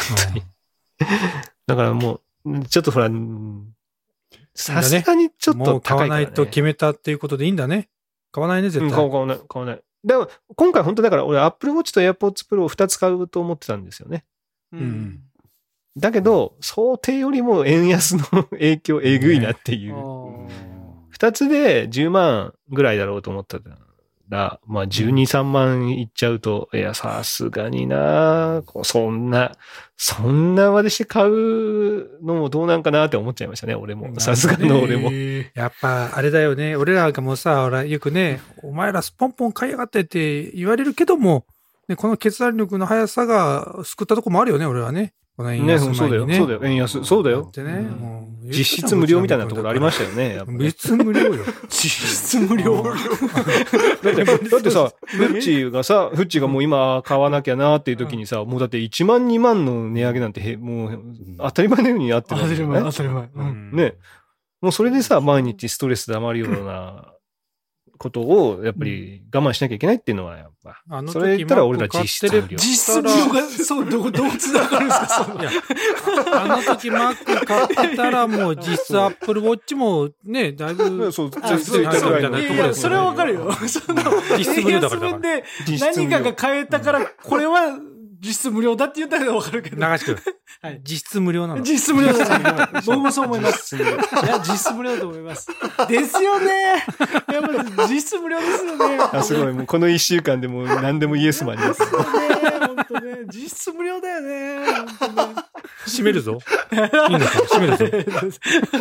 だからもう、ちょっとほら、さすがにちょっと高いからね。もう買わないと決めたっていうことでいいんだね。買わないね、絶対。 買わない。でも、今回本当だから俺 Apple Watch と AirPods Pro を2つ買うと思ってたんですよね。だけど、想定よりも円安の影響えぐいなっていう。2つで10万ぐらいだろうと思ったら、まあ12、3万いっちゃうと、いや、さすがになそんなまでして買うのもどうなんかなって思っちゃいましたね、俺も。さすがの俺も。 やっぱ、あれだよね。俺らがもうさ、よくね、お前らポンポン買いやがってって言われるけども、ね、この決断力の速さが救ったとこもあるよね、俺はね。この円安前にね。 そうだよ、円安。そうだよ。実質無料みたいなところありましたよね。 実質無料よ。 実質無料。だってさ、フッチがもう今買わなきゃなっていう時にさ、もうだって1万2万の値上げなんてもう当たり前のようにやってるわけだよね。 当たり前。 ね。もうそれでさ、毎日ストレス溜まるようなことを、やっぱり我慢しなきゃいけないっていうのは、やっぱ。それ言ったら俺ら実質無料。 実質無料が、そう、どう繋がるんですか、そいや、あの時 Mac 買ったらもう実質 Apple Watch もね、だいぶ、 そう、 実質みたいなところですよね。 それはわかるよ。その、 実質無料だから。 何かが変えたから、これは、実質無料だって言ったらわかるけど。 流しく。はい。実質無料なの。 実質無料だね。僕もそう思います。いや、実質無料だと思います。ですよね。やっぱ実質無料ですよね。 すごい。もうこの1週間でもう何でもイエスマンです。 ですよね。本当ね。実質無料だよね。本当ね。 閉めるぞ。いいのか閉めるぞ。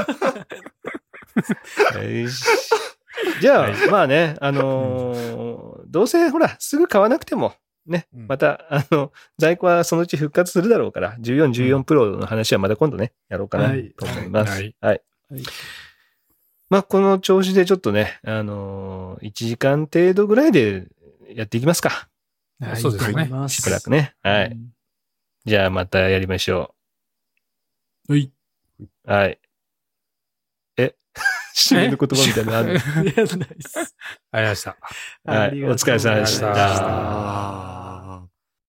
じゃあ、まあね、どうせほら、すぐ買わなくても、ね、また、在庫はそのうち復活するだろうから、14、14プロの話はまた今度ね、やろうかなと思います。はい。まあ、この調子でちょっとね、1時間程度ぐらいでやっていきますか。 そうですね。 しばらくね。はい。じゃあ、またやりましょう。はい。 はい。締めの言葉みたいなのある？ いや、ないっす。 ありがとうございました。 はい。お疲れ様でした。